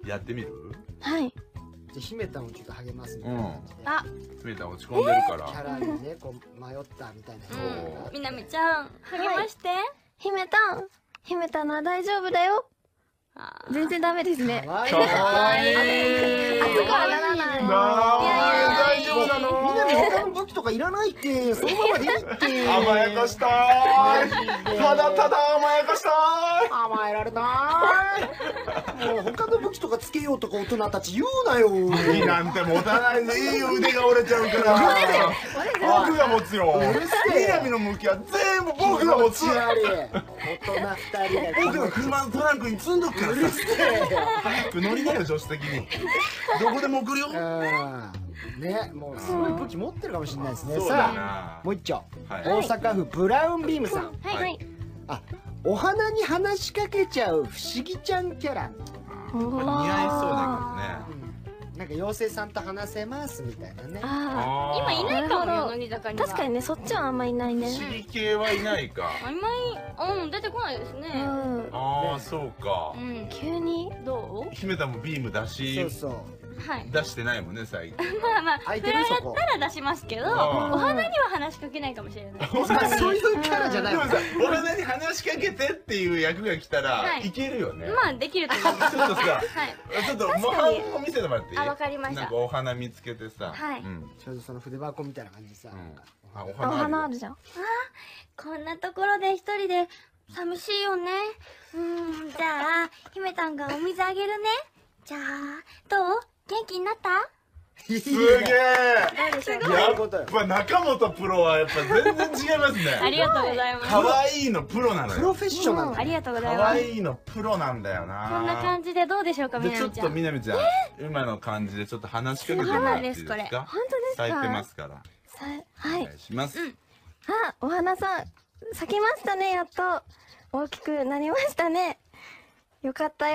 やってみる？ はい。 じゃあ姫たんをちょっと励ますみたいな感じで、 あ、 姫たん落ち込んでるかキャら。 ラにねこう迷ったみたいな、 みなみちゃん励まして。 姫たんのは大丈夫だよ。全然ダメですね。 かわいい。 かわいい。 熱くはならない。 大丈夫なの？ みんなに他の武器とかいらないって、そのままでいいって。 甘やかしたーい。ただただ甘やかしたーい。 甘えられない。もう他の武器とかつけようとか大人たち言うなよ。 武器なんて持たないでいいよ、腕が折れちゃうから。僕が持つよ。南の武器は全部僕が持つ。 大人2人が。 僕の車のトランクに積んどくからさ。早く乗りなよ、助手席に。どこでも送るよ。 ね、もうすごい武器持ってるかもしれないですね。 そうださな。 あ、もう一丁。 はい大阪府ブラウンビームさん。 はい。 あ、お花に話しかけちゃう不思議ちゃんキャラ。 似合いそうだけどね。 なんか妖精さんと話せますみたいなね。 今いないかもよ、乃木坂には。 確かにね、そっちはあんまいないね。 不思議系はいないか。 あんまり、出てこないですね。 ああ、そうか。 急にどう？ 姫田もビームそうそう。 出してないもんね、最近。 まあまあ、 空い振られてるそこ。 たら出しますけど、お花には話しかけないかもしれない。 そういうキャラじゃないもん。 でもさ、お花に話しかけてっていう役が来たらいけるよね。 まあ、できると思います。 ちょっとさ、ちょっと模範を見せてもらっていい？ わかりました。 なんかお花見つけてさ。 はい。 ちょうどその筆箱みたいな感じでさ。 お花あるじゃん。 こんなところで一人で寂しいよね。じゃあ、姫たんがお水あげるね。じゃあ、どう？元気になった？ すげえ。 やっぱ中本プロはやっぱ全然違いますね。 ありがとうございます。 可愛いのプロなのよ。 プロフェッショナル。 ありがとうございます。 可愛いのプロなんだよな。 こんな感じでどうでしょうか、みなみちゃん。 ちょっとみなみちゃん、今の感じでちょっと話しかけてもらっていいですか？ 本当ですか？ 咲いてますから。 はい。 お願いします。 あ、お花さん、咲きましたね、やっと。大きくなりましたね。よかったね。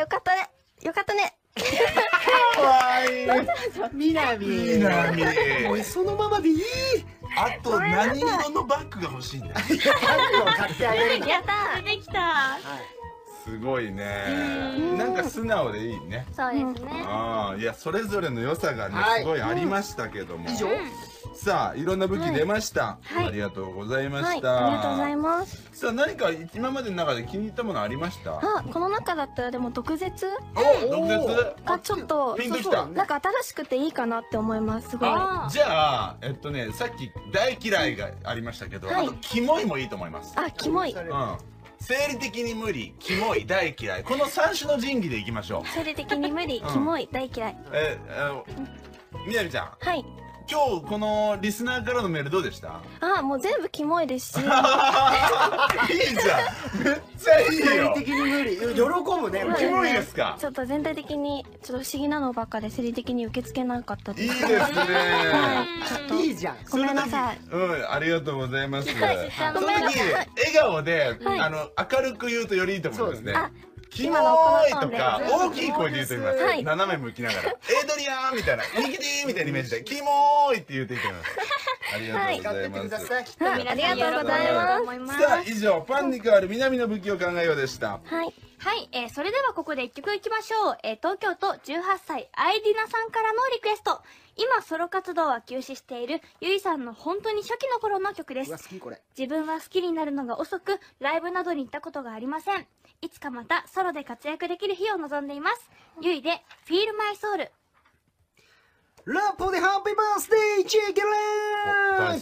かわいい。 みなみ。もうそのままでいい。 あと何色のバッグが欲しいんだよ。 バッグを買ってあげる。 やったー、できた。 すごいね。なんか素直でいいね。 そうですね。 いや、それぞれの良さがね、すごいありましたけども。 以上。 さあ、いろんな武器出ました。ありがとうございました。 ありがとうございます。 さあ、何か今までの中で気に入ったものありました？ この中だったらでも毒舌毒舌がちょっとピンときた。 なんか新しくていいかなって思います。すごい。 じゃあさっき大嫌いがありましたけど、あとキモいもいいと思います。 キモい。 生理的に無理、キモい、大嫌い、この3種の神器でいきましょう。 生理的に無理、キモい、大嫌い。 みなみちゃん。 はい。 今日このリスナーからのメールどうでした？ もう全部キモいですし。いいじゃん。めっちゃいいよ。 生理的に無理。喜ぶね。 キモいですか？ ちょっと全体的にちょっと不思議なのばっかで生理的に受け付けなかったです。 いいですね。 いいじゃん。 ごめんなさい。 ありがとうございます。その時ごめんなさい。 笑顔で明るく言うとよりいいと思いますね。キモいとか大きい声で言うといいます。斜め向きながらエドリアンみたいな右でみたいなイメージでキモいって言うといいと思います。ありがとうございます。 ありがとうございます。 さあ以上パンに代わる南の武器を考えようでした。 はい、それではここで一曲いきましょう。東京都18歳アイディナさんからのリクエスト。今ソロ活動は休止しているゆいさんの本当に初期の頃の曲です。自分は好きになるのが遅く、ライブなどに行ったことがありません。いつかまたソロで活躍できる日を望んでいます。ゆいで Feel My Soul。 ラップでハッピーバースデーチェケラ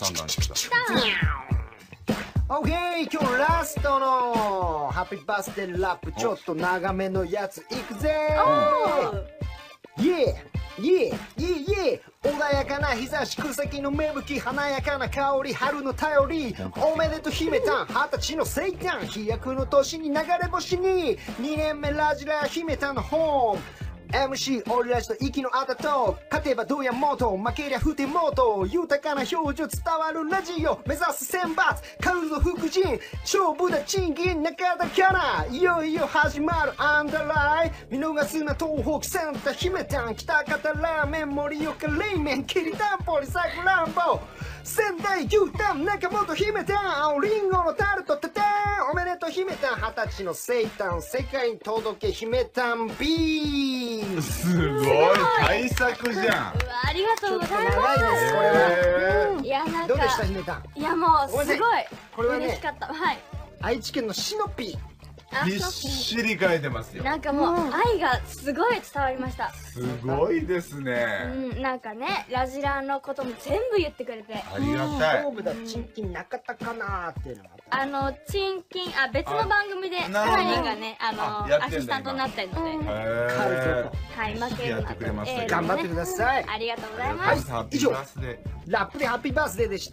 ー。オッケー、今日ラストのハッピーバースデーラップ、ちょっと長めのやついくぜ。イエーイエーイエー、穏やかな日差し、草木の芽吹き、華やかな香り、春の便り。おめでとう姫たん、20歳の生誕、飛躍の年に流れ星に。2年目ラジラ姫たんのホーム、MC 俺らと息の合ったトーク、勝てばどうやもと負けりゃ不手元、豊かな表情伝わるラジオ、目指す選抜狩るぞ副陣、勝負だ賃金中田かな、いよいよ始まるアンダーライ、見逃すな東北センター姫たん、北方ラーメン盛岡冷麺きりたんぽりさくらんぼ、仙台牛タン中本姫たん、青リンゴのタルトタタン、おめでとう姫たん20歳の生誕世界に届け姫たんビーム。 すごい対策じゃん。 うわありがとうございます。 長いですこれは。 いやなんかどうでした姫たん？ いやもうすごいこれはね嬉しかった。はい。 愛知県のシノピー。 びっしり書いてますよ。 なんかもう愛がすごい伝わりました。 すごいですね。 なんかねラジラのことも全部言ってくれて。 ありがたい。 勝負だチンキンなかったかなーっていうのがあった。 チンキン別の番組でカレンがねアシスタントになってるので、はい負けるなと頑張ってください。 ありがとうございます。 以上ラップでハッピーバースデーでした。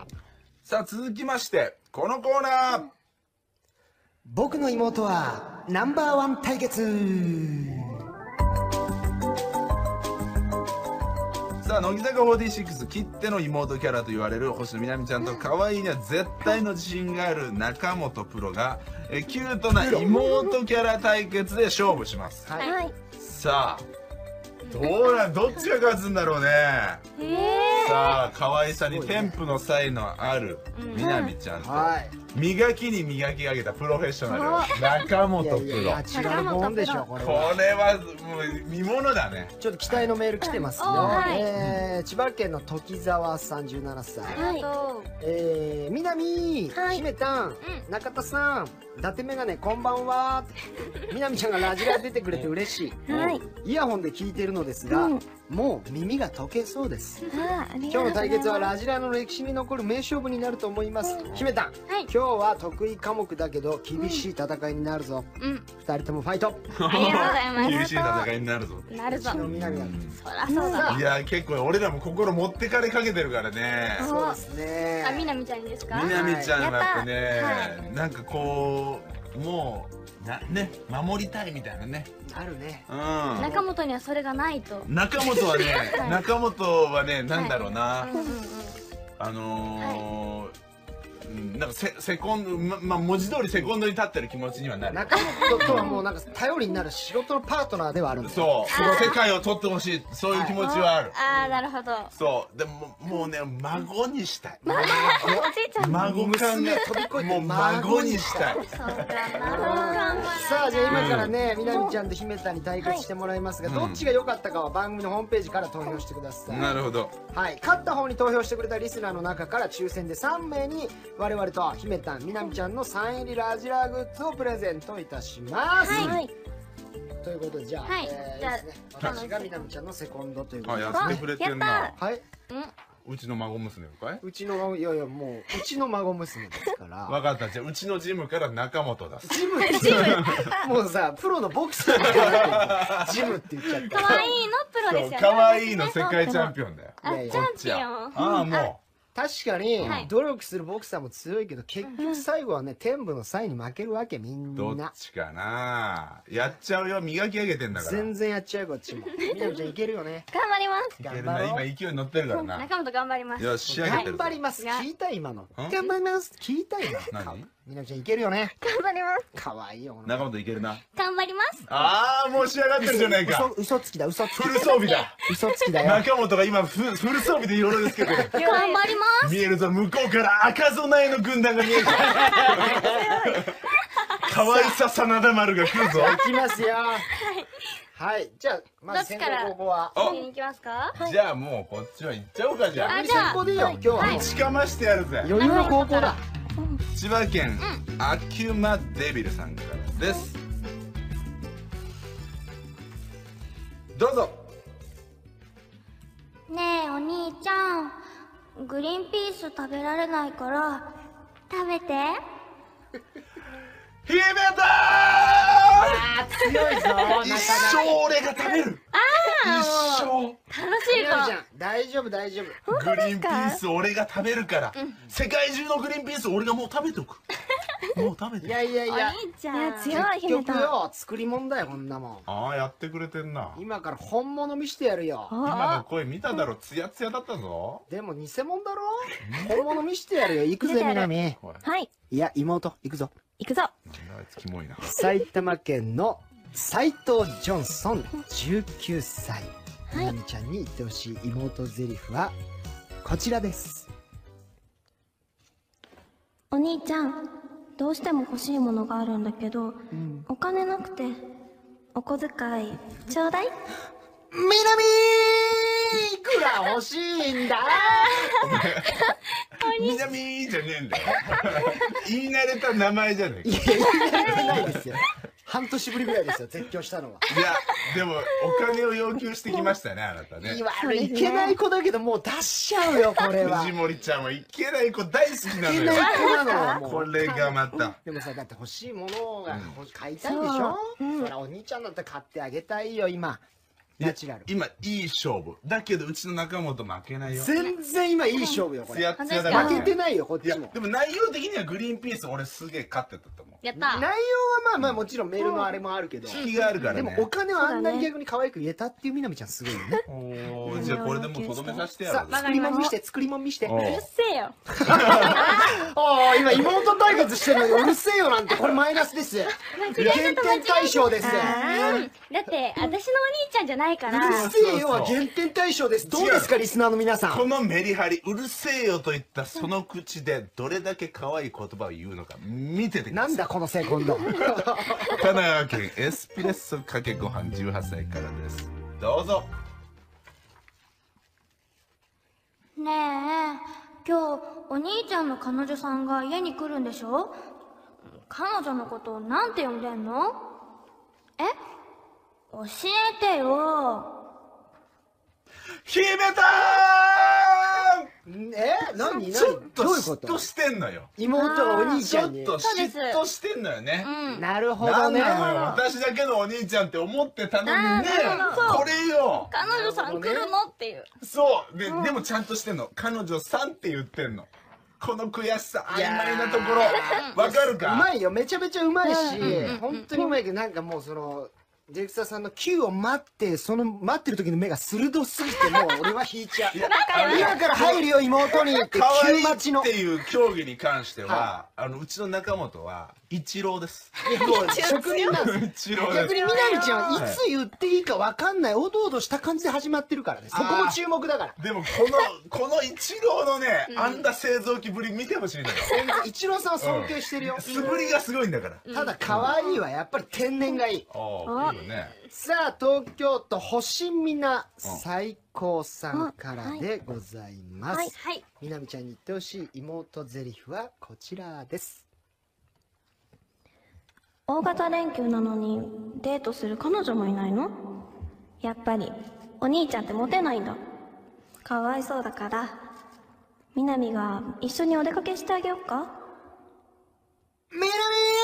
さあ続きましてこのコーナー。 僕の妹はナンバーワン対決。 さあ乃木坂46きっての妹キャラと言われる星野みなみちゃんと可愛いには絶対の自信がある中本プロがキュートな妹キャラ対決で勝負します。 はい。 さあどっちが勝つんだろうね。さあ可愛さに添付の才のあるみなみちゃんと磨きに磨き上げたプロフェッショナル中本プロ。 違うもんでしょこれは。 これはもう見ものだね。 ちょっと期待のメール来てますよ。千葉県の時沢さん17歳。みなみ姫たん中田さん伊達メガネこんばんは。みなみちゃんがラジラ出てくれて嬉しい。イヤホンで聞いてるのですがもう耳が溶けそうです。今日の対決はラジラの歴史に残る名勝負になると思います。姫たん今日は得意科目だけど厳しい戦いになるぞ。2人ともファイト。 ありがとうございます。 厳しい戦いになるぞ。 なるぞ。 そらそうだ。 いや結構俺らも心持ってかれかけてるからね。 そうですね。 みなみちゃんですか？ みなみちゃんはやっぱねなんかこうもうね守りたいみたいなねあるね。 中本にはそれがないと。 中本はねなんだろうななんかセコンド文字通りセコンドに立ってる気持ちにはなる。 中本とはもうなんか頼りになる仕事のパートナーではあるんです。 そう世界を取ってほしいそういう気持ちはある。 なるほど。 そうでももうね孫にしたい。 おじいちゃん孫感が飛び越えて孫にしたい。 さあじゃあ今からねみなみちゃんと姫たんに対決してもらいますがどっちが良かったかは番組のホームページから投票してください。 なるほど。 はい勝った方に投票してくれたリスナーの中から抽選で3名に我々と姫たんみなみちゃんのサイン入りラジラグッズをプレゼントいたします。ということでじゃあ私がみなみちゃんのセコンドということで。 やってくれてんな。 はい。 うちの孫娘かい？ うちのいやいやもううちの孫娘ですから。 分かった。じゃあうちのジムから中本だ。 ジムもうさプロのボクサーみたいなジムって言っちゃった。 可愛いのプロですよね。 可愛いの世界チャンピオンだよ。 チャンピオン。 もう。 確かに努力するボクサーも強いけど結局最後はね天部の際に負けるわけみんな。 どっちかな。やっちゃうよ磨き上げてんだから。 全然やっちゃうこっちも。みなみちゃんいけるよね。 頑張ります。 いけるな。今勢いに乗ってるからな。 中本頑張ります。 よし仕上げてる。 頑張ります。聞いた今の。頑張ります聞いた今。 何？ みなみちゃんいけるよね。 頑張ります。 可愛いよ。 中本いけるな。 頑張ります。 もう仕上がってるじゃないか。 嘘つきだ嘘つき。 フル装備だ。 嘘つきだよ。 中本が今フル装備で鎧つけてる。 頑張ります。 見えるぞ向こうから赤備えの軍団が見える。可愛さ真田丸が来るぞ。 行きますよ。はいじゃあまず先行後攻は。 先に行きますか。 じゃあもうこっちは行っちゃおうか。じゃあ先行でいいよ今日は。 打ちかましてやるぜ。 余裕の高校だ。 千葉県アキュマデビルさんからです。どうぞ。 ねえお兄ちゃんグリーンピース食べられないから食べて。 姫だ強いぞ。 一生俺が食べる。一生楽しいか。 大丈夫大丈夫。 グリーンピース俺が食べるから。世界中のグリーンピース俺がもう食べておく。もう食べて。 いやいやいや。 お兄ちゃん強い結局よ作り物だよこんなもん。 やってくれてんな。 今から本物見してやるよ。 今の声見ただろ。ツヤツヤだったぞ。 でも偽物だろ。本物見してやるよ。行くぜみなみ。 はい。 いや妹行くぞ。 行くぞ。 あいつキモいな。 埼玉県の斉藤ジョンソン19歳。みなみちゃんに言ってほしい妹ゼリフはこちらです。 お兄ちゃんどうしても欲しいものがあるんだけど、お金なくて、お小遣いちょうだい。 みなみいくら欲しいんだ。 みなみじゃねえんだよ。言い慣れた名前じゃねえか。 いや、言い慣れてないですよ。半年ぶりぐらいですよ、絶叫したのは。 いや、でも、お金を要求してきましたね、あなたね。 いけない子だけど、もう出しちゃうよ、これは。 藤森ちゃんはいけない子大好きなのよ。 いけない子なのよ、もう。 これがまた。 でもさ、だって欲しいものが買いたいでしょ。そりゃお兄ちゃんだったら買ってあげたいよ、今。ナチュラル。 今、いい勝負。だけど、うちの中本負けないよ。 全然今いい勝負よ、これ。 ツヤツヤだから負けてないよ、こっちも。 でも内容的にはグリーンピース俺すげえ勝ってたと思う。 やった内容はまあまあもちろんメールのあれもあるけど。 引きがあるからね。 でもお金はあんなに逆に可愛く言えたっていうみなみちゃんすごいよね。 おー、じゃあこれでもうとどめさせてやさあ、作りもん見して、作りもん見して。 うるせえよ。 ああ、今妹対決してるのにうるせえよなんて、これマイナスです。減点対象です。 だって私のお兄ちゃんじゃないかうら。 るせえよは減点対象です。どうですか、リスナーの皆さん。 このメリハリ、うるせえよといったその口でどれだけ可愛い言葉を言うのか見ててください。 なんだこのセコンド。 神奈川県エスプレッソかけご飯18歳からです。どうぞ。 ねえ、今日お兄ちゃんの彼女さんが家に来るんでしょ？彼女のことなんて呼んでんの？え？教えてよ。 決めた何ー！ちょっとどういうこと？ 嫉妬してんのよ。 妹がお兄ちちゃんに。 ょっと嫉妬してんのよね。 なるほなんどね。 なのよ、私だけのお兄ちゃんって思ってたのにね。これよ。 彼女さん来るのっていう。 そうでもちゃんとしてんの。彼女さんって言ってんの。この悔しさ、曖昧なところわかるか？ うまいよ、めちゃめちゃうまいし、本当にうまいけど、なんかもうそのディレクターさんの Q を待って、その待ってる時の目が鋭すぎて、もう俺は引いちゃう。今から入るよ妹にって Q 待ちの。 っていう競技に関しては、うちの中本は一郎です。 職人なんですよ。 一郎です。 逆にみなみちゃんはいつ言っていいか分かんない、おどおどした感じで始まってるからね。そこも注目だから。 でもこの一郎のね、あんな製造機ぶり見てほしいのよ。 一郎さんは尊敬してるよ。 素振りがすごいんだから。 ただ可愛いはやっぱり天然がいい。 ああ、いいよね。 さあ、東京都星みな最高さんからでございます。 はい。 みなみちゃんに言ってほしい妹ゼリフはこちらです。 大型連休なのにデートする彼女もいないの？やっぱりお兄ちゃんってモテないんだ。かわいそうだからみなみが一緒にお出かけしてあげようか？ みなみ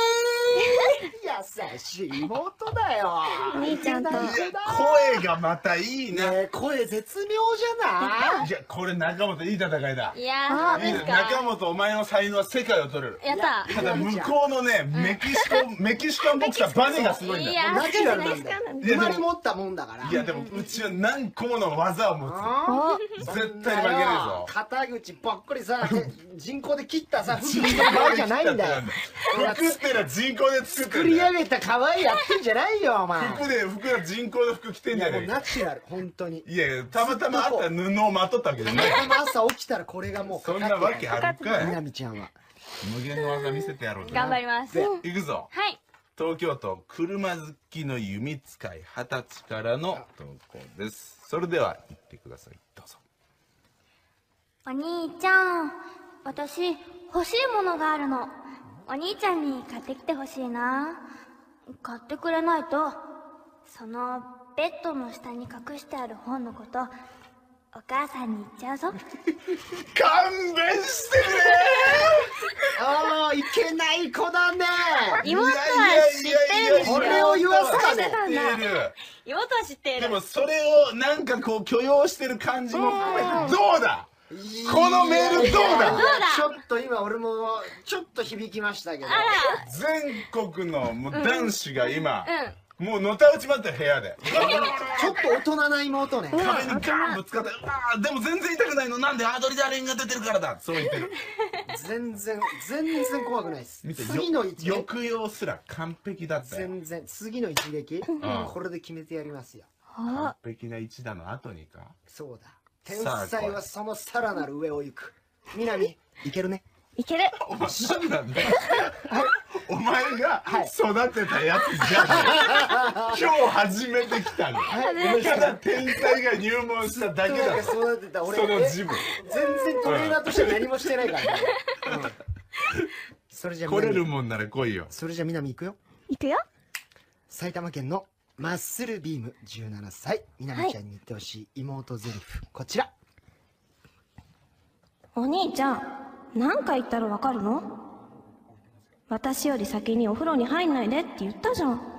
優しい妹だよ。 お兄ちゃんと声がまたいいね。 ね、声絶妙じゃない？ いや、これ中本いい戦いだ。 いやー、そうですか。 中本お前の才能は世界を取れる。 やった。 ただ向こうのね、メキシカンボクサーバネがすごいんだよ。 いや、 ナチュラルなんだよ。生まれ持ったもんだから。 いやでもうちは何個もの技を持つ。絶対に負けないぞ。 肩口ぽっこりさ、人工で切ったさ、服着てる場合じゃないんだよ。 服ってのは人工で作って作り上げた可愛いやってんじゃないよ、お前。 服が人工の服着てんじゃねえか。 ナチュラル、本当に。 いやたまたまあった布をまとったわけじゃない。 朝起きたらこれがもうそんなわけあるかみい。 なみちゃんは。 無限の技見せてやろうぜ。 頑張ります。 いくぞ。 はい。 東京都車好きの弓使い20歳からの投稿です。それでは言ってください。どうぞ。 お兄ちゃん、私欲しいものがあるの。お兄ちゃんに買ってきてほしいな。買ってくれないと、そのベッドの下に隠してある本のことお母さんに言っちゃうぞ。 勘弁してくれああ、いけない子だね。 妹は知ってるんですよ。 これを言わすかね。 妹は知ってる。 でもそれをなんかこう許容してる感じも含めてどうだ、このメールどうだ。 ちょっと今俺もちょっと響きましたけど。 全国のもう男子が今、もうのたうちまってる部屋でちょっと大人な妹ね。 壁にガーンぶつかって、でも全然痛くないの、なんでアドリナリンが出てるからだ、そう言ってる。 全然怖くないです。 見て、 次の一撃、 抑揚すら完璧だったよ。 全然次の一撃、これで決めてやりますよ。 完璧な一打の後にか。 そうだ、天才はそのさらなる上を行く。みなみいけるね。 いける。 そうなんだ。お前が育てたやつじゃん。今日初めて来たの。ただ天才が入門しただけだろ。 育てた俺そのジム。 全然トレーナーとしては何もしてないからね。それじゃ来れるもんなら来いよ。 それじゃ南行くよ。 行くよ。 埼玉県のマッスルビーム17歳南ちゃんに言ってほしい妹ゼリフ、こちら。 お兄ちゃん、何回言ったらわかるの？私より先にお風呂に入んないでって言ったじゃん。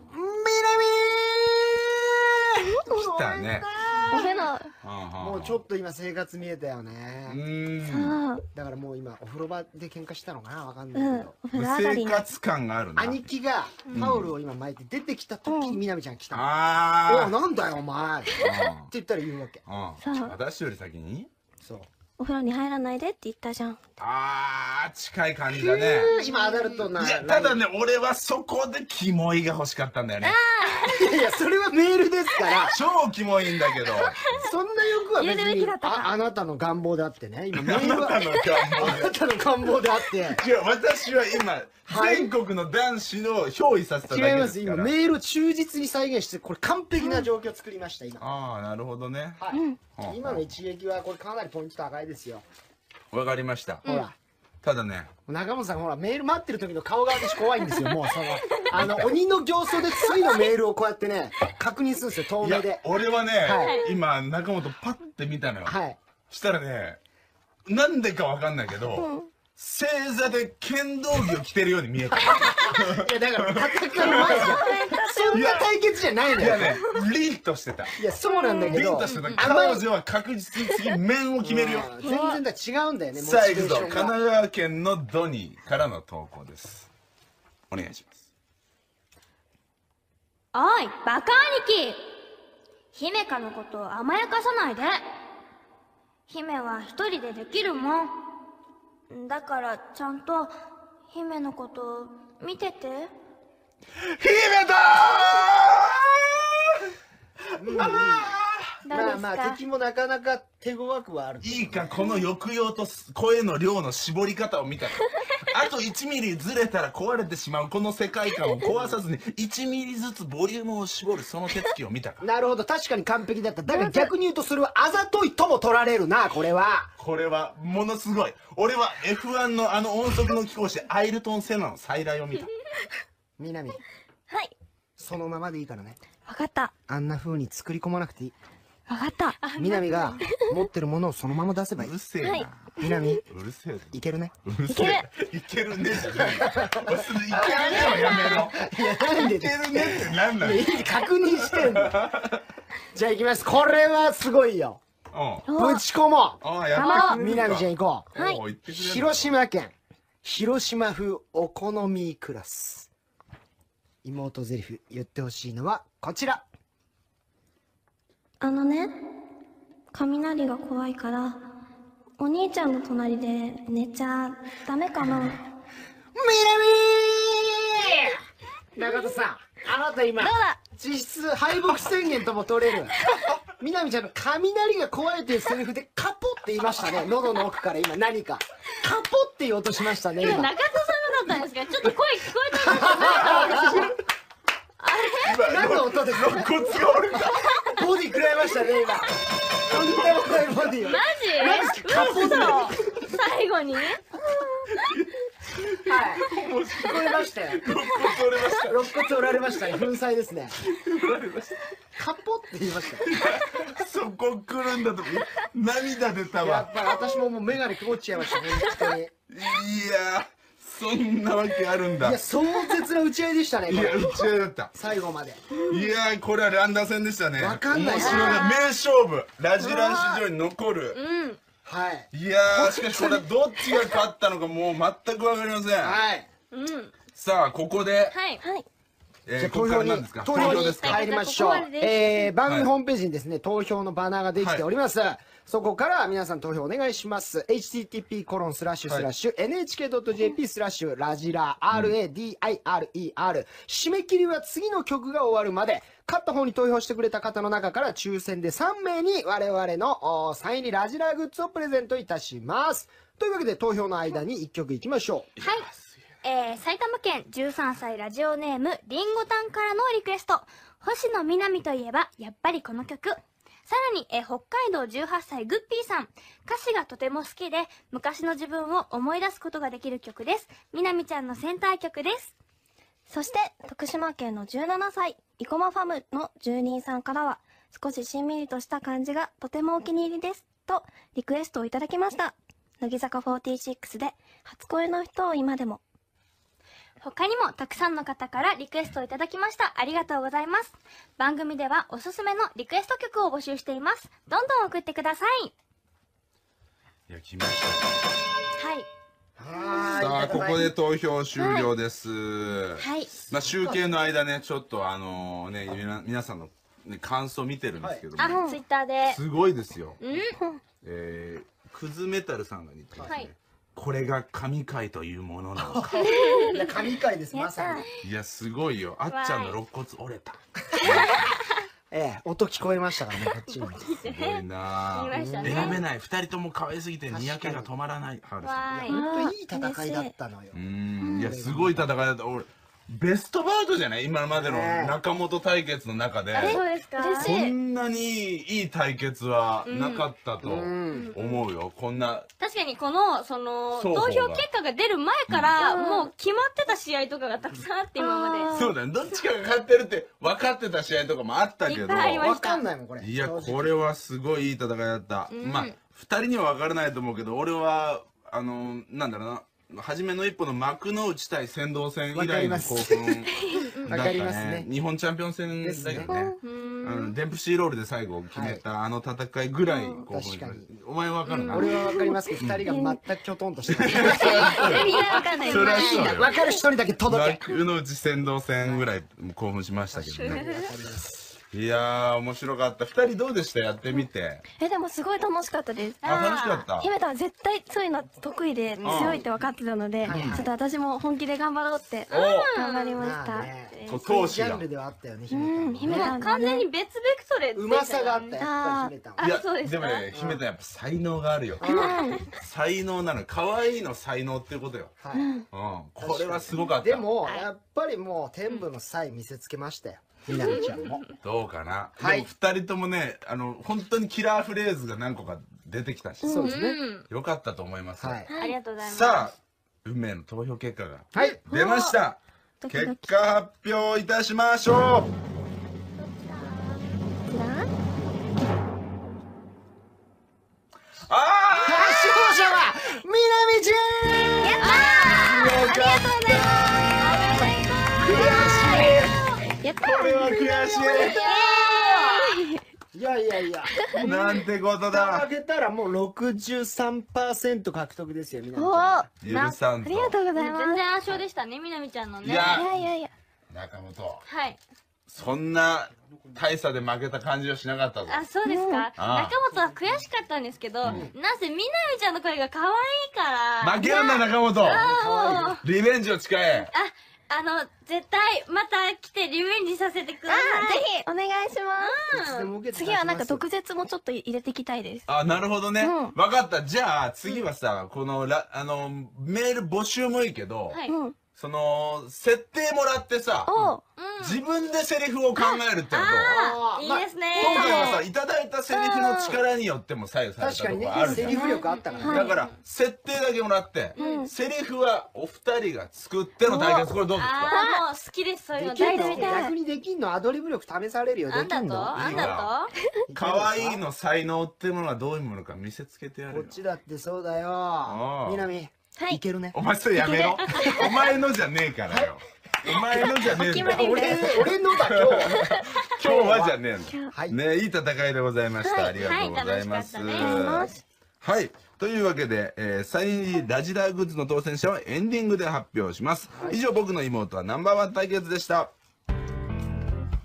来たね。 お風呂。 もうちょっと今生活見えたよね。 そう。 だからもう今お風呂場で喧嘩したのかな、わかんないけど、 お風呂上がり生活感があるな。 兄貴がタオルを今巻いて出てきた時に南ちゃん来たの。 あおいなんだよお前って言ったら言うわけ。 そう。 私より先に。 そう。 お風呂に入らないでって言ったじゃん。 近い感じだね。 今アダルトな。 いや、ただね、俺はそこでキモいが欲しかったんだよね。 いやそれはメールですから超キモいんだけど。 そんな欲は別言うべにきだったかあなたの願望であってね、今メールはあなたの願望あなたの願望であって違う、私は今、全国の男子の憑依させただけ違いまですすから。 今メールを忠実に再現してこれ完璧な状況を作りました今。 ああ、なるほどね。 はい、今の一撃はこれかなりポイント高いですよ。 わかりました。 ほらただね、 中本さんほらメール待ってる時の顔が私怖いんですよ。もうその鬼の形相で次のメールをこうやってね確認するんですよ、遠いや目で。 俺はね、 は今中本パッて見たのよ。 はいしたらね、なんでかわかんないけど、正座で剣道着を着てるように見えた。 いやだから戦う前じゃんそんな対決じゃないのよ。 いやね、凛としてた。 いやそうなんだけど凛としてた。彼女は確実に次面を決めるよ。 全然だ違うんだよね。 さあ行くぞ。 モチベーションが神奈川県のドニーからの投稿です。お願いします。 おい、バカ兄貴。姫香のことを甘やかさないで。姫は一人でできるもん。だからちゃんと姫のことを見てて。 姫だまあまあ敵もなかなか手強くはある。 いいか、この抑揚と声の量の絞り方を見たら、あと1ミリずれたら壊れてしまうこの世界観を壊さずに1ミリずつボリュームを絞るその手つきを見たか。 なるほど、確かに完璧だった。だから逆に言うとそれはあざといとも取られるな、これは。 これはものすごい。俺は F1 のあの音速の貴公子アイルトン・セナの再来を見た。 南、 はい。 そのままでいいからね。 わかった。 あんな風に作り込まなくていい。 わかった。 南が持ってるものをそのまま出せばいい。 うるせえな。 はい南、 うるせえぞ。 いけるね。 うるせえ。いけるねじゃないよ。いけるねはやめろ。 いや、なんでいけるねってなんなの？ いい確認してんの。じゃあ行きます。これはすごいよ。ぶち込もう。 ああ、やってくれるか。 南ちゃん行こう。 はいおう言ってくれるの広島県広島風お好みクラス。妹ゼリフ言ってほしいのはこちら。 あのね、雷が怖いから、お兄ちゃんの隣で寝ちゃダメかな？ 南中田さん、あなた今実質敗北宣言とも取れる。南ちゃんの雷が怖いというセリフでカポって言いましたね。喉の奥から今何かカポって言おうとしましたね。今中田さんのだったんですか？ちょっと声聞こえなかった。 何の音ですか？ 肋骨が折れた。 ボディ食らいましたね今。とんでもないボディを。 マジ？ カポって最後に？ はい聞こえましたよ。 肋骨折れました。 肋骨折られましたね。粉砕ですね。カポって言いましたよ。 そこ来るんだと涙出たやわっ。ぱり私ももう眼鏡曇っちゃいました本当に。 いやそんなわけあるんだ。 いや壮絶な打ち合いでしたね。 いや、 これ打ち合いだった。 最後まで。 いやこれは乱打戦でしたね。 わかんない面白いな。名勝負。ラジラン史上に残る。 はい。 いやー、しかしこれはどっちが勝ったのかもう全くわかりません。 はい。 さあ、ここで、 はい。 はい。 じゃあここから何ですか？ 投票にですか？ 入りましょうここまで。で番組ホームページにですね投票のバナーができております。 そこから皆さん投票お願いします。http://nhk.jp/ラジラ RADIRER。締め切りは次の曲が終わるまで、勝った方に投票してくれた方の中から抽選で3名に我々のサイン入りラジラグッズをプレゼントいたします。というわけで投票の間に1曲いきましょう。 はい。埼玉県13歳ラジオネームりんごたんからのリクエスト。星野みなみといえばやっぱりこの曲。さらに、北海道18歳グッピーさん。歌詞がとても好きで、昔の自分を思い出すことができる曲です。みなみちゃんのセンター曲です。 そして、徳島県の17歳、生駒ファムの住人さんからは、少ししんみりとした感じがとてもお気に入りです。と、リクエストをいただきました。乃木坂46で、初恋の人を今でも。 他にもたくさんの方からリクエストをいただきました。ありがとうございます。番組ではおすすめのリクエスト曲を募集しています。どんどん送ってください。 いや、来ましはい。 た。さあ、ここで投票終了です。 はい。 まあ、集計の間ね、ちょっと皆さんの、ね、感想見てるんですけども、 ツイッターで。 すごいですよ。クズメタルさんが言ってますね。これが神回というものなのか。 神回です、まさに。 いや、すごいよ。あっちゃんの肋骨折れた。 音聞こえましたからね、こっちに。 すごいなぁ。選べない。2人とも可愛すぎて、にやけが止まらない。 本当にいい戦いだったのよ。 いや、すごい戦いだった。俺、ベストバウトじゃない？今までの中本対決の中で。 そうですか。 こんなにいい対決はなかったと思うよ。こんな。 確かにこの、投票結果が出る前から、もう決まってた試合とかがたくさんあって、今まで。 そうだね。どっちかが勝ってるって分かってた試合とかもあったけど。 分かんないもん、これ。 いや、これはすごいいい戦いだった。まあ、二人には分からないと思うけど、俺は、なんだろうな。初めの一歩の幕の内対仙道戦以来の興奮だったね。日本チャンピオン戦だけどね。デンプシーロールで最後決めたあの戦いぐらい興奮した。お前分かるな？ 俺は分かりますけど、二人が全くきょとんとしてる。 みんな分かんない。 それはそうよ。 分かる一人だけ届け。 幕の内仙道戦ぐらい興奮しましたけどね。いやー、面白かった。二人どうでした？やってみて。 でもすごい楽しかったです。 楽しかった。 姫田は絶対そういうの得意で強いって分かってたので、ちょっと私も本気で頑張ろうって頑張りました。 闘志ジャンルではあったよね、姫田。 完全に別ベクトル。 うまさがあったよ、やっぱり姫田は。 いや、でもね、姫田やっぱ才能があるよ。才能なの。可愛いの才能っていうことよ。これはすごかった。 でも、やっぱりもう天部の才見せつけましたよ。みなみちゃんも。 どうかな。でも二人ともね、本当にキラーフレーズが何個か出てきたし。 そうですね。 よかったと思います。 ありがとうございます。 さあ、運命の投票結果が出ました。結果発表いたしましょう。 勝者はみなみちゃん。 やったー。ありがとうございます。 これは悔しい。いやいやいや。 なんてことだ。 負けたらもう 63% 獲得ですよ、みなみちゃん。 許さんぞ。 ありがとうございます。 全然圧勝でしたね、みなみちゃんのね。 いやいや。 中本。 はい。 そんな大差で負けた感じはしなかったぞ。 あ、そうですか。中本は悔しかったんですけど、なぜみなみちゃんの声が可愛いから。 負けるんだ、中本。リベンジを誓え。 絶対また来てリベンジさせてください。 ぜひお願いします。次はなんか毒舌もちょっと入れていきたいです。 あ、なるほどね。わかった。じゃあ次はさ、このメール募集もいいけど、その設定もらってさ、自分でセリフを考えるってこといいですね。 今回はさ、いただいたセリフの力によっても左右されたところあるじゃん。 セリフ力あったから。 だから設定だけもらってセリフはお二人が作っての対決。これどうですか？ もう好きです。そういうの大好きです。 逆にできんの？アドリブ力試されるよ。 あんだと？あんだと？可愛いの才能っていうものはどういうものか見せつけてやるよ。 こっちだってそうだよ。みなみ。いけるね。 お前それやめろ。お前のじゃねえからよ。お前のじゃねえんだ。 俺のだ今日はじゃねえんだ。ね、いい戦いでございました。ありがとうございます。はい。というわけで、サイン入りラジラーグッズの当選者はエンディングで発表します。以上、僕の妹はナンバーワン対決でした。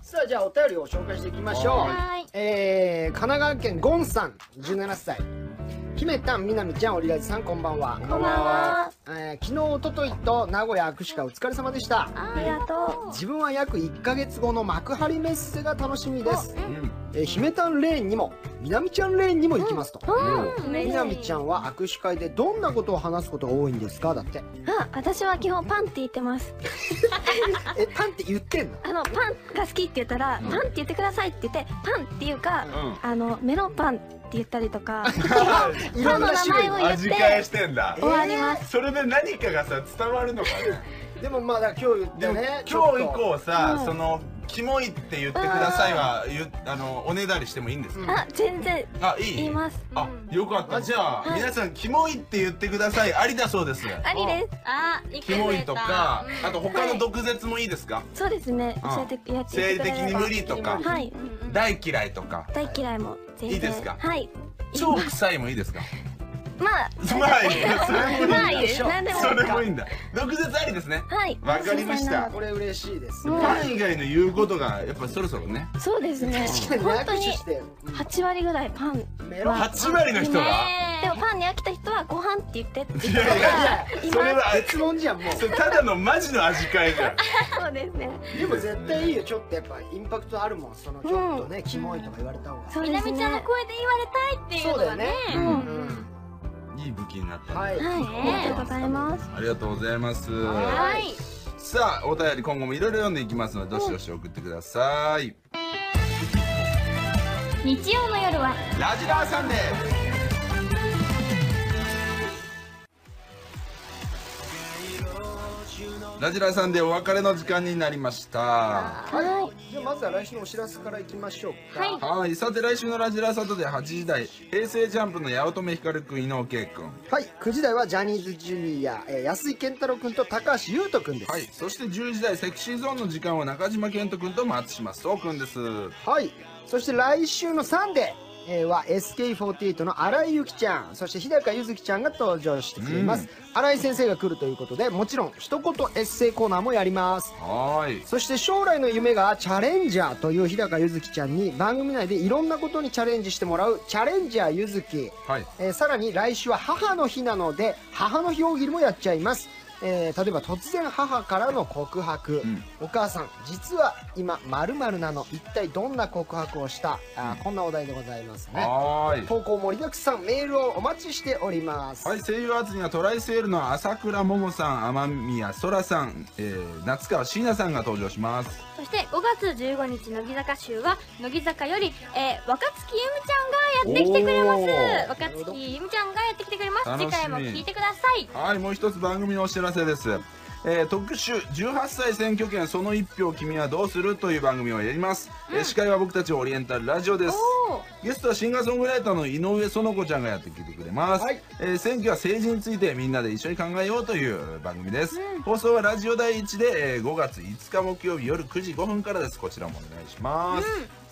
さあじゃあお便りを紹介していきましょう。神奈川県ゴンさん17歳。姫たん、みなみちゃん、オリラジさん、こんばんは。 こんばんは。 昨日、おとといと名古屋握手会お疲れ様でした。 ありがとう。 自分は約1ヶ月後の幕張メッセが楽しみです。姫たんレーンにも、みなみちゃんレーンにも行きますと。みなみちゃんは握手会でどんなことを話すことが多いんですか？だって。 私は基本パンって言ってます。 パンって言ってんの？ パンが好きって言ったら、パンって言ってくださいって言って、パンっていうか、メロンパンって言ったりとか、パンの名前を言って味変えしてんだ。 終わります。 それで何かがさ伝わるのかね。 でもまあ今日言ってね。 今日以降さ、そのキモいって言ってくださいはおねだりしてもいいんですか？ 全然いい？ 言います。 よかった。じゃあ皆さんキモいって言ってください。ありだそうです。 ありです。 キモいとか、あと他の毒舌もいいですか？ そうですね。教えてやって生理的に無理とか、大嫌いとか。 大嫌いも全然いいですか？ はい。 超臭いもいいですか？ まあそれもいいでしょ。 何でもそれもいいんだ。毒舌ありですね。 はい。 わかりました。 これ嬉しいです。 パン以外の言うことがやっぱそろそろね。 そうですね。本当に8割ぐらいパン。 8割の人が。 でもパンに飽きた人はご飯って言ってって言って。 いやそれは別物じゃんもう。 それただのマジの味変えじゃん。 そうですね。 でも絶対いいよ。ちょっとやっぱインパクトあるもん。そのちょっとねキモいとか言われた方が。 みなみちゃんの声で言われたいっていうのがね。 いい武器になった。 はい。 ありがとうございます。 ありがとうございます。 はい。 さあお便り今後もいろいろ読んでいきますのでどしどし送ってください。 日曜の夜はラジラーサンデー。ラジラーサンデーお別れの時間になりました。 はい。じゃあまずは来週のお知らせからいきましょうか。 はい。さて来週のラジラーサタデー8時台、平成ジャンプの八乙女光くん、伊野尾圭くん。 はい。9時台はジャニーズジュニア、安井健太郎くんと高橋優斗くんです。 はい。そして10時台セクシーゾーンの時間は中島健人くんと松島聡くんです。 はい。そして来週のサンデー。は SK48 の新井由紀ちゃん、そして日高ゆずきちゃんが登場してくれます。新井先生が来るということで、もちろん一言エッセイコーナーもやります。 はい。 そして将来の夢がチャレンジャーという日高ゆずきちゃんに番組内でいろんなことにチャレンジしてもらうチャレンジャーゆずき。 はい。 さらに来週は母の日なので母の日大喜利もやっちゃいます。例えば突然母からの告白、お母さん実は今〇〇なの、一体どんな告白をした、こんなお題でございますね。投稿盛りだくさん、メールをお待ちしております。 はい。声優アーツにはトライセールの朝倉桃さん、天宮そらさん、夏川椎名さんが登場します。 そして5月15日乃木坂週は乃木坂より、若月ゆむちゃんがやってきてくれます。若月ゆむちゃんがやってきてくれます。次回も聞いてください。 はい。もう一つ番組のお知らせです。特集18歳選挙権その1票君はどうするという番組をやります。司会は僕たちオリエンタルラジオです。ゲストはシンガーソングライターの井上園子ちゃんがやってきてくれます。選挙は政治についてみんなで一緒に考えようという番組です。放送はラジオ第1で、5月5日木曜日夜9時5分からです。こちらもお願いします。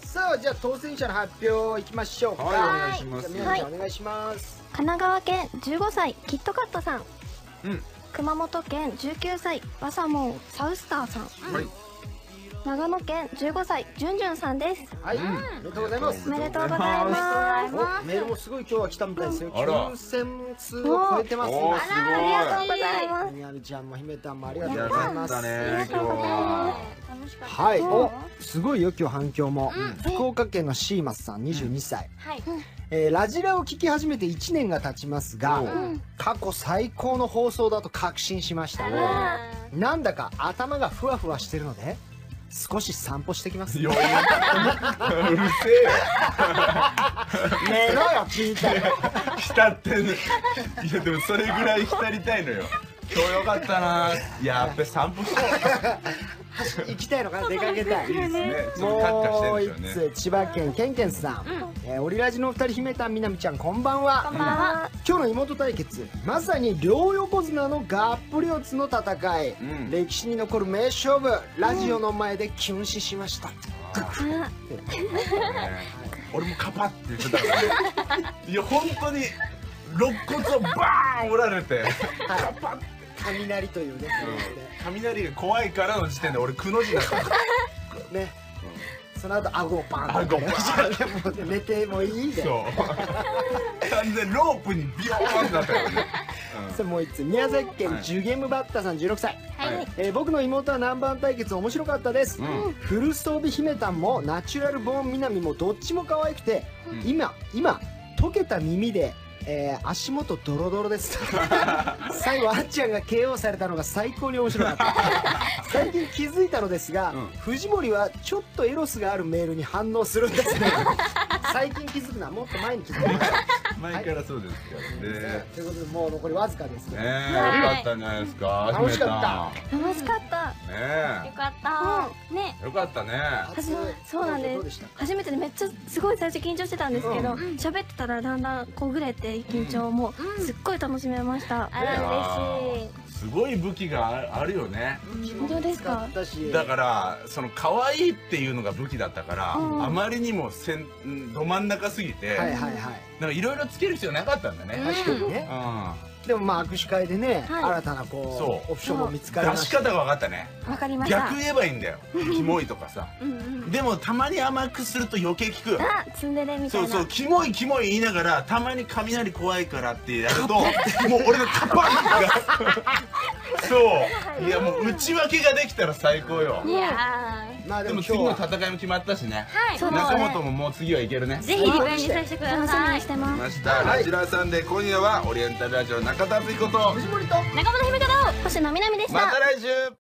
さあじゃあ当選者の発表いきましょうか。 はい、お願いします。 じゃあみなみちゃんお願いします。 神奈川県15歳キットカットさん。熊本県19歳バサモンサウスターさん。長野県15歳ジュンジュンさんです。 はい、おめでとうございます。 おめでとうございます。 メールもすごい今日は来たみたいですよ。9000通を超えてます。 すごい。 ありがとうございます。 みなみちゃんも姫たんもありがとうございます。 ありがとうございます。 楽しかった。 はい、お、すごいよ今日反響も。福岡県のシーマスさん22歳。ラジラを聞き始めて1年が経ちますが、過去最高の放送だと確信しました。なんだか頭がふわふわしてるので少し散歩してきます。 うるせえよ。 寝ろよ聞いて。 浸ってる。いやでもそれぐらい浸りたいのよ。今日よかったな。やっべ散歩しよう。 行きたいのかな、出かけたい。 いいですね。 もう一つ千葉県ケンケンさん、オリラジのお二人姫たんみなみちゃんこんばんは。 こんばんは。 今日の妹対決まさに両横綱のがっぷり四つの戦い、歴史に残る名勝負、ラジオの前でキュン死しました。 俺もカパって言ってたからね。いや本当に肋骨をバーン折られてカパッて。 雷というね、 雷が怖いからの時点で俺くの字だった。 ね、 その後顎をパンと寝てもいいで。 そう完全ロープにビヨーンってなったよね。 それもう一つ、宮崎県ジュゲムバッタさん16歳。僕の妹はナンバーワン対決面白かったです。フル装備姫たんもナチュラルボーン南もどっちも可愛くて、今溶けた耳で足元ドロドロです。最後あっちゃんが KO されたのが最高に面白かった。最近気づいたのですが、藤森はちょっとエロスがあるメールに反応するんですね。最近気づくのはもっと前に気づきました。 前からそうですからね。 ということでもう残りわずかですけど、 よかったんじゃないですか。 楽しかった。楽しかった。 よかったね。 よかったね。 そうなんです。初めてでめっちゃすごい最初緊張してたんですけど、喋ってたらだんだんこうぐれて緊張もすっごい楽しめました。 あら嬉しい。 すごい武器があるよね。 本当ですか。 だからその可愛いっていうのが武器だったから、あまりにもど真ん中すぎて、なんかいろいろつける必要なかったんだね。 確かにね。でもまあ握手会でね、新たなこうオプションも見つかりました。 出し方が分かったね。 分かりました。 逆言えばいいんだよ。キモいとかさ。でもたまに甘くすると余計効く。 ツンデレみたいな。 そうそう、キモいキモい言いながらたまに雷怖いからってやると、もう俺のカパンそういやもう内訳ができたら最高よ。 いやまあでも次の戦いも決まったしね。中本ももう次はいけるね。 ぜひリベンジさせてください。 楽しみにしてます。 ましたラジラーさんで、今夜はオリエンタルラジオ中田敦彦と藤森と中本姫香と星野みなみでした。 また来週。